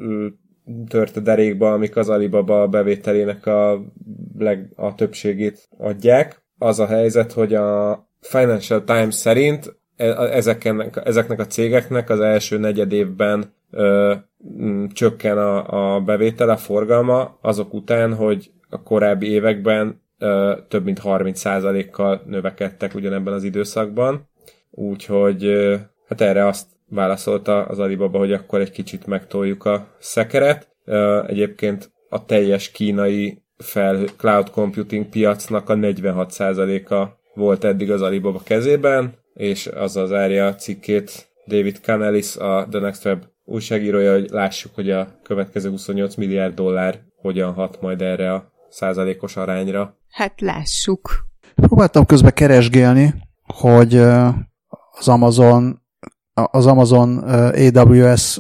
Speaker 3: törte derékba, amik az Alibaba bevételének a, leg, a többségét adják. Az a helyzet, hogy a Financial Times szerint ezeknek, ezeknek a cégeknek az első negyed évben ö, m, csökken a, a bevétele, a forgalma, azok után, hogy a korábbi években ö, több mint harminc százalékkal növekedtek ugyanebben az időszakban. Úgyhogy ö, hát erre azt válaszolta az Alibaba, hogy akkor egy kicsit megtoljuk a szekeret. Egyébként a teljes kínai fel cloud computing piacnak a negyvenhat százaléka volt eddig az Alibaba kezében, és azzal zárja a cikkét David Canellis, a The Next Web újságírója, hogy lássuk, hogy a következő huszonnyolc milliárd dollár hogyan hat majd erre a százalékos arányra.
Speaker 2: Hát lássuk.
Speaker 1: Próbáltam közben keresgélni, hogy az Amazon az Amazon á dupla vé es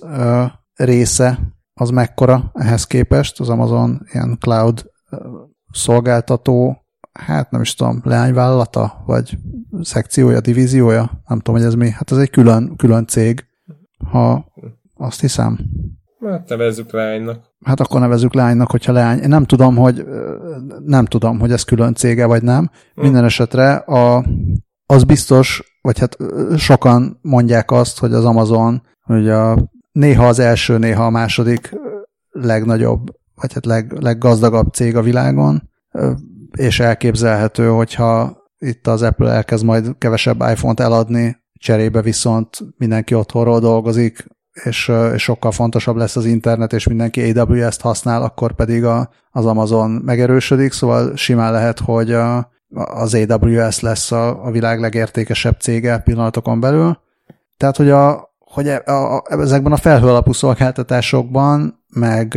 Speaker 1: része az mekkora ehhez képest, az Amazon ilyen cloud szolgáltató, hát nem is tudom, leányvállalata, vagy szekciója, divíziója, nem tudom, hogy ez mi, hát ez egy külön, külön cég, ha azt hiszem.
Speaker 3: Hát nevezzük leánynak.
Speaker 1: Hát akkor nevezzük leánynak, hogyha leány. Én nem tudom, hogy nem tudom, hogy ez külön cége, vagy nem. Hmm. Minden esetre a, az biztos, vagy hát sokan mondják azt, hogy az Amazon, hogy a, néha az első, néha a második legnagyobb, vagy hát leg, leggazdagabb cég a világon, és elképzelhető, hogyha itt az Apple elkezd majd kevesebb iPhone-t eladni, cserébe viszont mindenki otthonról dolgozik, és, és sokkal fontosabb lesz az internet, és mindenki á dupla vé es-t használ, akkor pedig a, az Amazon megerősödik, szóval simán lehet, hogy, a, az á dupla vé es lesz a, a világ legértékesebb cége pillanatokon belül. Tehát, hogy, a, hogy a, a, ezekben a felhő alapú szolgáltatásokban, meg,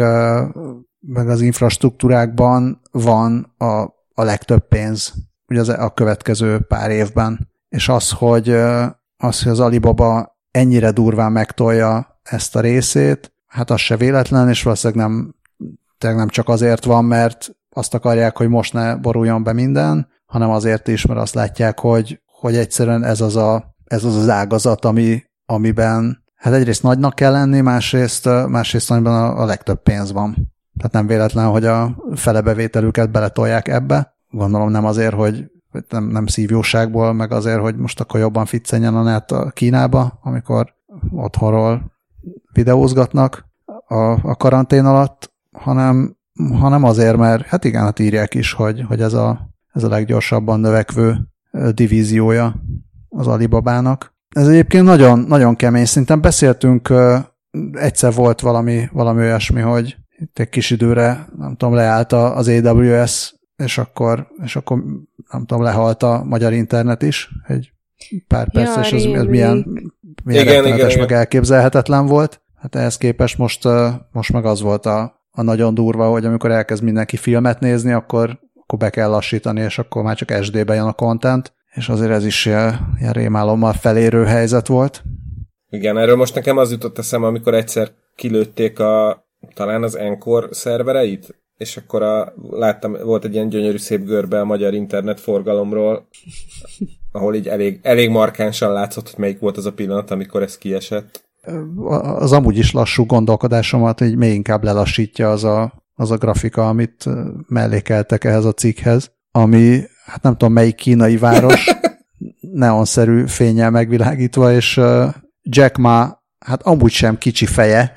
Speaker 1: meg az infrastruktúrákban van a, a legtöbb pénz ugye az, a következő pár évben. És az, hogy, az, hogy az Alibaba ennyire durván megtolja ezt a részét, hát az se véletlen, és valószínűleg nem, nem csak azért van, mert azt akarják, hogy most ne boruljon be minden, hanem azért is, mert azt látják, hogy, hogy egyszerűen ez az, a, ez az az ágazat, ami, amiben hát egyrészt nagynak kell lenni, másrészt, másrészt amiben a, a legtöbb pénz van. Tehát nem véletlen, hogy a felebevételüket beletolják ebbe. Gondolom nem azért, hogy nem, nem szívjóságból, meg azért, hogy most akkor jobban ficcenjen a net a Kínába, amikor otthonról videózgatnak a, a karantén alatt, hanem, hanem azért, mert hát igen, hát írják is, hogy, hogy ez, a, ez a leggyorsabban növekvő divíziója az Alibabának. Ez egyébként nagyon, nagyon kemény. Szerintem beszéltünk, egyszer volt valami, valami olyasmi, hogy itt egy kis időre, nem tudom, leállt az á dupla vé es, és akkor, és akkor nem tudom, lehalt a magyar internet is egy pár perc, ja, és ez, ez milyen, milyen igen, rettenetes, igen, meg igen. elképzelhetetlen volt. Hát ehhez képest most, most meg az volt a, a nagyon durva, hogy amikor elkezd mindenki filmet nézni, akkor, akkor be kell lassítani, és akkor már csak es dé-be jön a content, és azért ez is ilyen, ilyen rémálommal felérő helyzet volt.
Speaker 3: Igen, erről most nekem az jutott eszembe, amikor egyszer kilőtték a, talán az Encore szervereit, és akkor a, láttam, volt egy ilyen gyönyörű szép görbe a magyar internet forgalomról, ahol így elég, elég markánsan látszott, hogy melyik volt az a pillanat, amikor ez kiesett.
Speaker 1: Az amúgy is lassú gondolkodásomat így még inkább lelassítja az a, az a grafika, amit mellékeltek ehhez a cikkhez, ami, hát nem tudom melyik kínai város, neonszerű fénnyel megvilágítva, és Jack Ma, hát amúgy sem kicsi feje,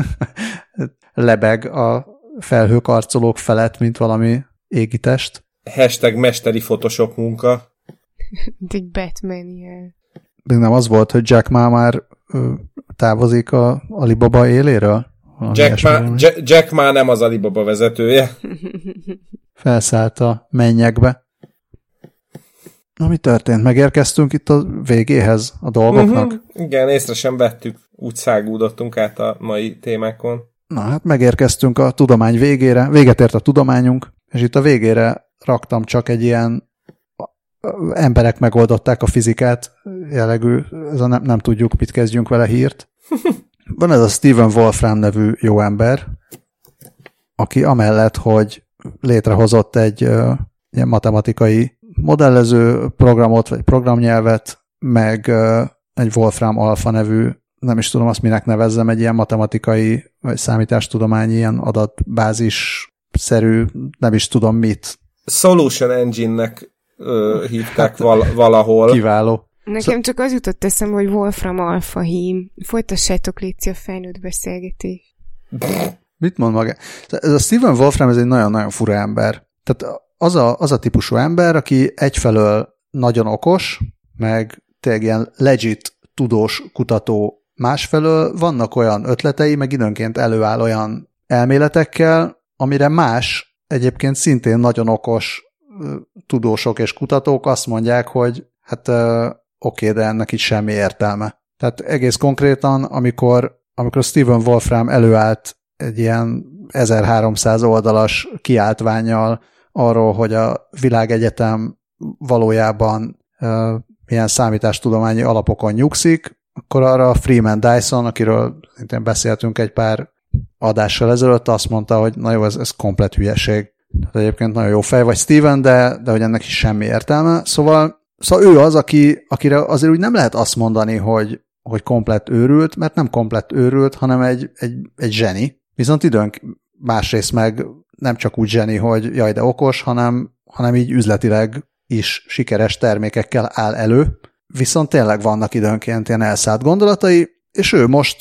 Speaker 1: lebeg a felhőkarcolók felett, mint valami égitest.
Speaker 3: Hashtag mesteri Photoshop munka.
Speaker 2: Egy Batman ilyen.
Speaker 1: De nem az volt, hogy Jack Ma már ö, távozik a Alibaba éléről?
Speaker 3: Jack Ma, Jack, Jack Ma nem az Alibaba vezetője.
Speaker 1: Felszállt a mennyekbe. Na, mi történt? Megérkeztünk itt a végéhez a dolgoknak?
Speaker 3: Uh-huh. Igen, észre sem vettük. Úgy szágúdottunk át a mai témákon.
Speaker 1: Na, hát megérkeztünk a tudomány végére. Véget ért a tudományunk, és itt a végére raktam csak egy ilyen emberek megoldották a fizikát jellegű, ez a nem, nem tudjuk, mit kezdjünk vele hírt. Van ez a Stephen Wolfram nevű jó ember, aki amellett, hogy létrehozott egy uh, ilyen matematikai modellező programot, vagy programnyelvet, meg uh, egy Wolfram Alpha nevű, nem is tudom azt minek nevezzem, egy ilyen matematikai, vagy számítástudományi, ilyen adatbázis-szerű, nem is tudom mit.
Speaker 3: Solution Engine-nek ö, hívták hát, val- valahol.
Speaker 1: Kiváló.
Speaker 2: Nekem csak az jutott eszembe, hogy Wolfram Alpha hím. Folytassátok, légy a felnőtt beszélgetés.
Speaker 1: Mit mond maga? Ez a Stephen Wolfram, ez egy nagyon-nagyon fura ember. Tehát az a, az a típusú ember, aki egyfelől nagyon okos, meg tényleg ilyen legit tudós kutató, másfelől vannak olyan ötletei, meg időnként előáll olyan elméletekkel, amire más, egyébként szintén nagyon okos tudósok és kutatók azt mondják, hogy hát oké, de ennek itt semmi értelme. Tehát egész konkrétan, amikor, amikor Stephen Wolfram előállt egy ilyen ezerháromszáz oldalas kiáltvánnyal arról, hogy a világegyetem valójában uh, milyen számítástudományi alapokon nyugszik, akkor arra a Freeman Dyson, akiről szintén beszéltünk egy pár adással ezelőtt, azt mondta, hogy na jó, ez, ez komplett hülyeség. Tehát egyébként nagyon jó fej vagy Steven, de, de hogy ennek is semmi értelme. Szóval, szóval ő az, aki, akire azért úgy nem lehet azt mondani, hogy, hogy komplett őrült, mert nem komplett őrült, hanem egy, egy, egy zseni. Viszont időnk másrészt meg nem csak úgy zseni, hogy jaj, de okos, hanem, hanem így üzletileg is sikeres termékekkel áll elő. Viszont tényleg vannak időnként ilyen elszállt gondolatai, és ő most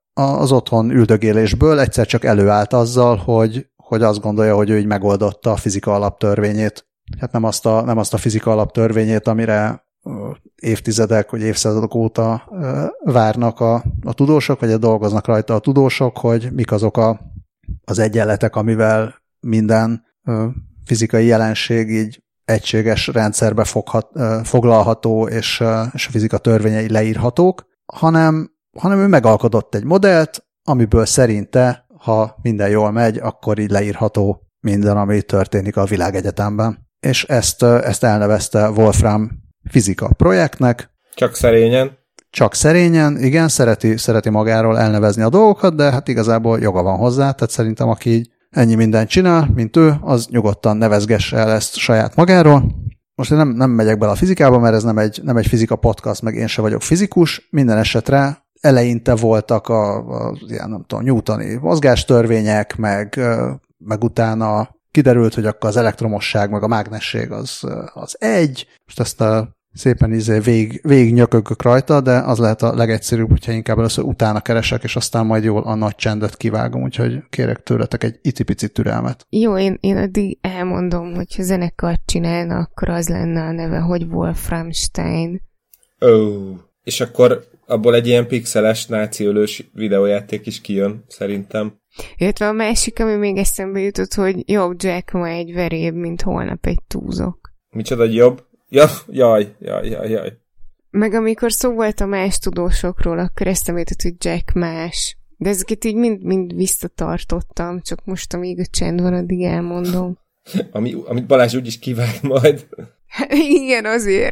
Speaker 1: az otthon üldögélésből egyszer csak előállt azzal, hogy, hogy azt gondolja, hogy ő így megoldotta a fizika alaptörvényét. Hát nem azt a, nem azt a fizika alaptörvényét, amire évtizedek vagy évszázadok óta várnak a, a tudósok, vagy dolgoznak rajta a tudósok, hogy mik azok a, az egyenletek, amivel minden fizikai jelenség így egységes rendszerbe foghat, foglalható, és, és a fizika törvényei leírhatók, hanem, hanem ő megalkotott egy modellt, amiből szerinte, ha minden jól megy, akkor így leírható minden, ami történik a világegyetemben. És ezt, ezt elnevezte Wolfram fizika projektnek.
Speaker 3: Csak szerényen.
Speaker 1: Csak szerényen, igen, szereti, szereti magáról elnevezni a dolgokat, de hát igazából joga van hozzá, tehát szerintem aki így ennyi mindent csinál, mint ő, az nyugodtan nevezgesse el ezt saját magáról. Most én nem, nem megyek bele a fizikába, mert ez nem egy, nem egy fizika podcast, meg én se vagyok fizikus. Minden esetre eleinte voltak a, a ilyen, nem tudom, newtoni mozgástörvények, meg, meg utána kiderült, hogy akkor az elektromosság, meg a mágnesség az, az egy. Most ezt a szépen izé vég, végig nyökögök rajta, de az lehet a legegyszerűbb, hogyha inkább először utána keresek, és aztán majd jól a nagy csendet kivágom, úgyhogy kérek tőletek egy icipici türelmet.
Speaker 2: Jó, én, én addig elmondom, hogy ha zenekart csinálna, akkor az lenne a neve, hogy Wolframstein.
Speaker 3: Ó, oh. És akkor abból egy ilyen pixeles náciölős videójáték is kijön, szerintem.
Speaker 2: Illetve a másik, ami még eszembe jutott, hogy jobb Jack ma egy veréb, mint holnap egy túzok.
Speaker 3: Micsoda jobb? Ja, jaj, jaj, jaj, jaj.
Speaker 2: Meg amikor szó volt a más tudósokról, akkor eszembe jutott, hogy Jack más. De ezeket így mind, mind visszatartottam, csak most amíg a csend van, addig elmondom.
Speaker 3: Ami, amit Balázs úgyis kivág majd.
Speaker 2: Igen, azért.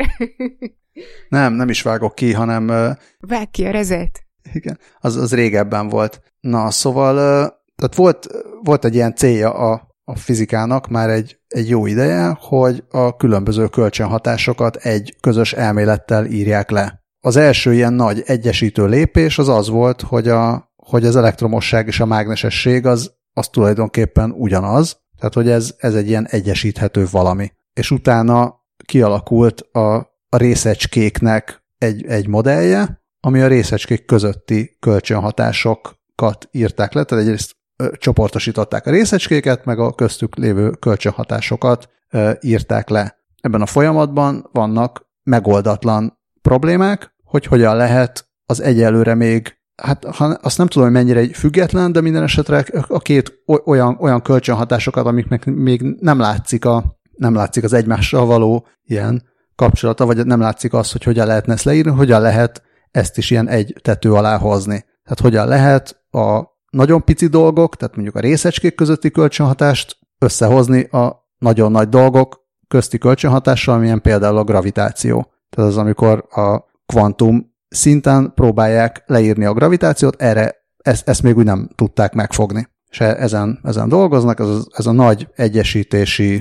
Speaker 1: Nem, nem is vágok ki, hanem...
Speaker 2: Vág ki a rezet.
Speaker 1: Igen, az, az régebben volt. Na, szóval tehát volt, volt egy ilyen célja a, a fizikának már egy, egy jó ideje, hogy a különböző kölcsönhatásokat egy közös elmélettel írják le. Az első ilyen nagy egyesítő lépés az az volt, hogy, a, hogy az elektromosság és a mágnesesség az, az tulajdonképpen ugyanaz, tehát hogy ez, ez egy ilyen egyesíthető valami. És utána kialakult a, a részecskéknek egy, egy modellje, ami a részecskék közötti kölcsönhatásokat írták le, tehát egyrészt ö, csoportosították a részecskéket, meg a köztük lévő kölcsönhatásokat ö, írták le. Ebben a folyamatban vannak megoldatlan problémák, hogy hogyan lehet az egyelőre még, hát ha, azt nem tudom, hogy mennyire egy független, de minden esetre a két olyan, olyan kölcsönhatásokat, amiknek még nem látszik, a, nem látszik az egymással való ilyen kapcsolata, vagy nem látszik az, hogy hogyan lehetne ezt leírni, hogyan lehet ezt is ilyen egy tető alá hozni. Tehát hogyan lehet a nagyon pici dolgok, tehát mondjuk a részecskék közötti kölcsönhatást összehozni a nagyon nagy dolgok közti kölcsönhatással, amilyen például a gravitáció. Tehát az, amikor a kvantum szinten próbálják leírni a gravitációt, erre ezt, ezt még úgy nem tudták megfogni. És ezen, ezen dolgoznak, ez a, ez a nagy egyesítési,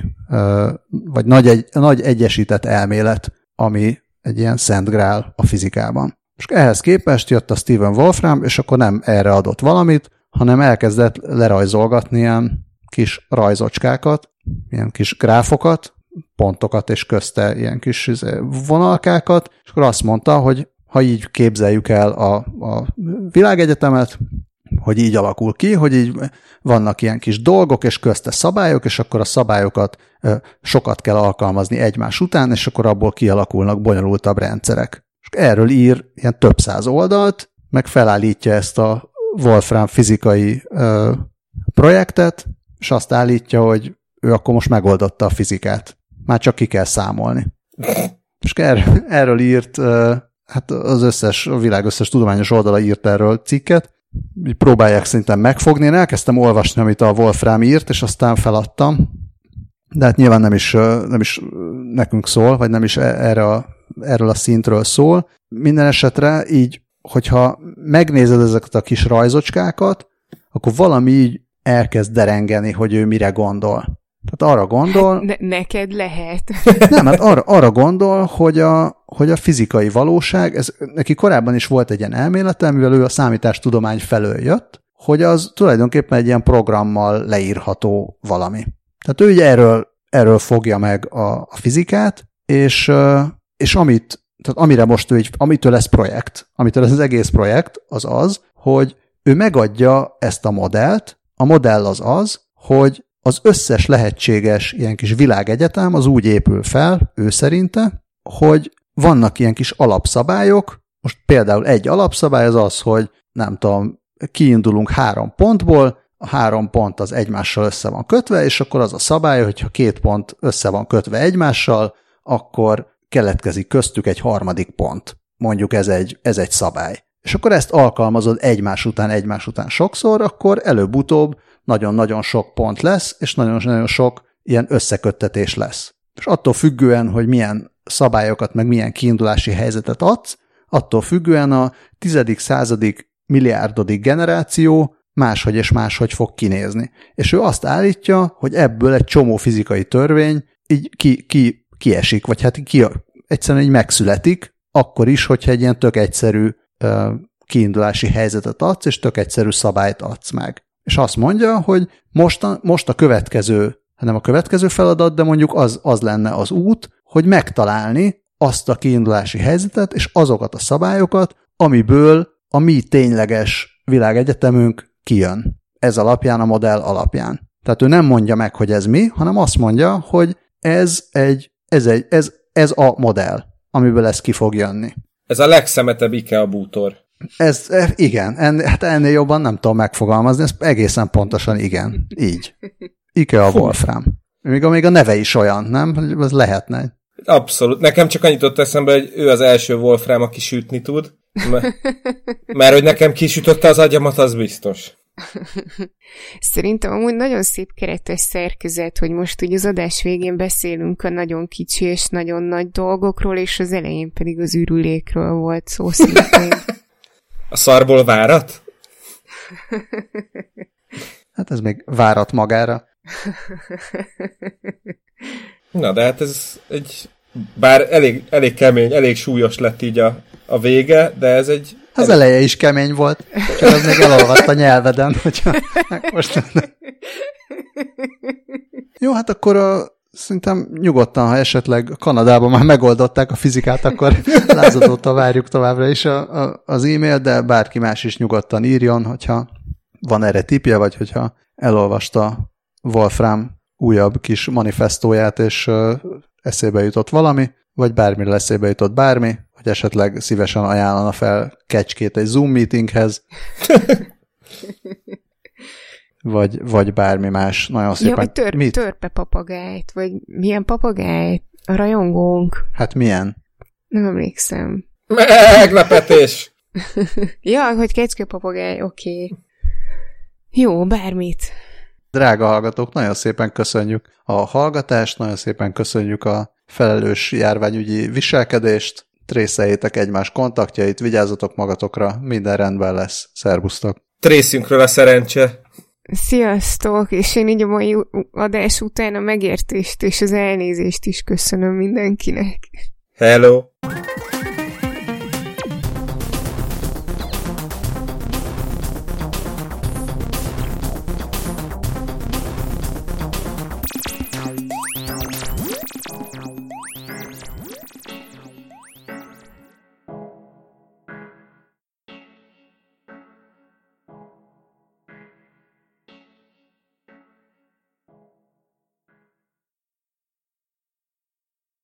Speaker 1: vagy nagy, egy, nagy egyesített elmélet, ami egy ilyen szent grál a fizikában. És ehhez képest jött a Stephen Wolfram, és akkor nem erre adott valamit, hanem elkezdett lerajzolgatni ilyen kis rajzocskákat, ilyen kis gráfokat, pontokat, és közte ilyen kis vonalkákat, és akkor azt mondta, hogy ha így képzeljük el a, a világegyetemet, hogy így alakul ki, hogy így vannak ilyen kis dolgok, és közte szabályok, és akkor a szabályokat ö, sokat kell alkalmazni egymás után, és akkor abból kialakulnak bonyolultabb rendszerek. És erről ír ilyen több száz oldalt, meg felállítja ezt a Wolfram fizikai ö, projektet, és azt állítja, hogy ő akkor most megoldotta a fizikát. Már csak ki kell számolni. És erről, erről írt, ö, hát az összes, a világ összes tudományos oldala írt erről cikket, így próbálják szerintem megfogni. Én elkezdtem olvasni, amit a Wolfram írt, és aztán feladtam. De hát nyilván nem is, nem is nekünk szól, vagy nem is erre a, erről a szintről szól. Minden esetre így, hogyha megnézed ezeket a kis rajzocskákat, akkor valami így elkezd derengeni, hogy ő mire gondol. Tehát arra gondol...
Speaker 2: Ne- neked lehet.
Speaker 1: Nem, hát arra, arra gondol, hogy a, hogy a fizikai valóság, ez, neki korábban is volt egy ilyen elmélete, mivel ő a számítástudomány felől jött, hogy az tulajdonképpen egy ilyen programmal leírható valami. Tehát ő ugye erről, erről fogja meg a, a fizikát, és, és amit, tehát amire most ő, amitől lesz projekt, amitől ez az egész projekt, az az, hogy ő megadja ezt a modellt. A modell az az, hogy az összes lehetséges ilyen kis világegyetem az úgy épül fel, ő szerinte, hogy vannak ilyen kis alapszabályok, most például egy alapszabály az az, hogy nem tudom, kiindulunk három pontból, a három pont az egymással össze van kötve, és akkor az a szabály, hogyha két pont össze van kötve egymással, akkor keletkezik köztük egy harmadik pont. Mondjuk ez egy, ez egy szabály. És akkor ezt alkalmazod egymás után, egymás után sokszor, akkor előbb-utóbb nagyon-nagyon sok pont lesz, és nagyon-nagyon sok ilyen összeköttetés lesz. És attól függően, hogy milyen szabályokat, meg milyen kiindulási helyzetet adsz, attól függően a tizedik, századik, milliárdodik generáció máshogy és máshogy fog kinézni. És ő azt állítja, hogy ebből egy csomó fizikai törvény így ki, ki, kiesik, vagy hát ki, egyszerűen így megszületik, akkor is, hogyha egy ilyen tök egyszerű uh, kiindulási helyzetet adsz, és tök egyszerű szabályt adsz meg. És azt mondja, hogy most a, most a következő, nem a következő feladat, de mondjuk az, az lenne az út, hogy megtalálni azt a kiindulási helyzetet, és azokat a szabályokat, amiből a mi tényleges világegyetemünk kijön. Ez alapján, a modell alapján. Tehát ő nem mondja meg, hogy ez mi, hanem azt mondja, hogy ez egy, ez egy, ez, ez a modell, amiből ez ki fog jönni.
Speaker 3: Ez a legszemetebb IKEA bútor.
Speaker 1: Ez, igen, ennél, hát ennél jobban nem tudom megfogalmazni, ez egészen pontosan igen, így. IKEA Wolfram. Még a, még a neve is olyan, nem? Ez lehetne.
Speaker 3: Abszolút. Nekem csak annyit ott eszembe, hogy ő az első Wolfram, aki sütni tud. Mert, mert hogy nekem kisütötte az agyamat, az biztos.
Speaker 2: Szerintem amúgy nagyon szép keretes szerkezet, hogy most ugye az adás végén beszélünk a nagyon kicsi és nagyon nagy dolgokról, és az elején pedig az ürülékről volt szó szintén.
Speaker 3: A szarból várat?
Speaker 1: Hát ez még várat magára.
Speaker 3: Na, de hát ez egy... Bár elég, elég kemény, elég súlyos lett így a, a vége, de ez egy...
Speaker 1: Az elég... eleje is kemény volt, csak az még elolvadt a nyelveden, hogyha most... Jó, hát akkor a, szerintem nyugodtan, ha esetleg Kanadában már megoldották a fizikát, akkor lázadottan várjuk továbbra is a, a, az e-mail, de bárki más is nyugodtan írjon, hogyha van erre tipje, vagy hogyha elolvasta Wolfram újabb kis manifestóját, és uh, eszébe jutott valami, vagy bármire eszébe jutott bármi, hogy esetleg szívesen ajánlana fel Kecskét egy Zoom meetinghez, vagy, vagy bármi más. Nagyon szépen.
Speaker 2: Ja, vagy tör, mit? Törpe papagájt, vagy milyen papagájt? A rajongónk.
Speaker 1: Hát milyen?
Speaker 2: Nem emlékszem.
Speaker 3: Meglepetés!
Speaker 2: Ja, hogy kecske papagáj, oké. Okay. Jó, bármit.
Speaker 1: Drága hallgatók, nagyon szépen köszönjük a hallgatást, nagyon szépen köszönjük a felelős járványügyi viselkedést, trészeljétek egymás kontaktjait, vigyázzatok magatokra, minden rendben lesz. Szerbusztok!
Speaker 3: Trészünkről a szerencse!
Speaker 2: Sziasztok! És én így a mai adás után a megértést és az elnézést is köszönöm mindenkinek.
Speaker 3: Hello!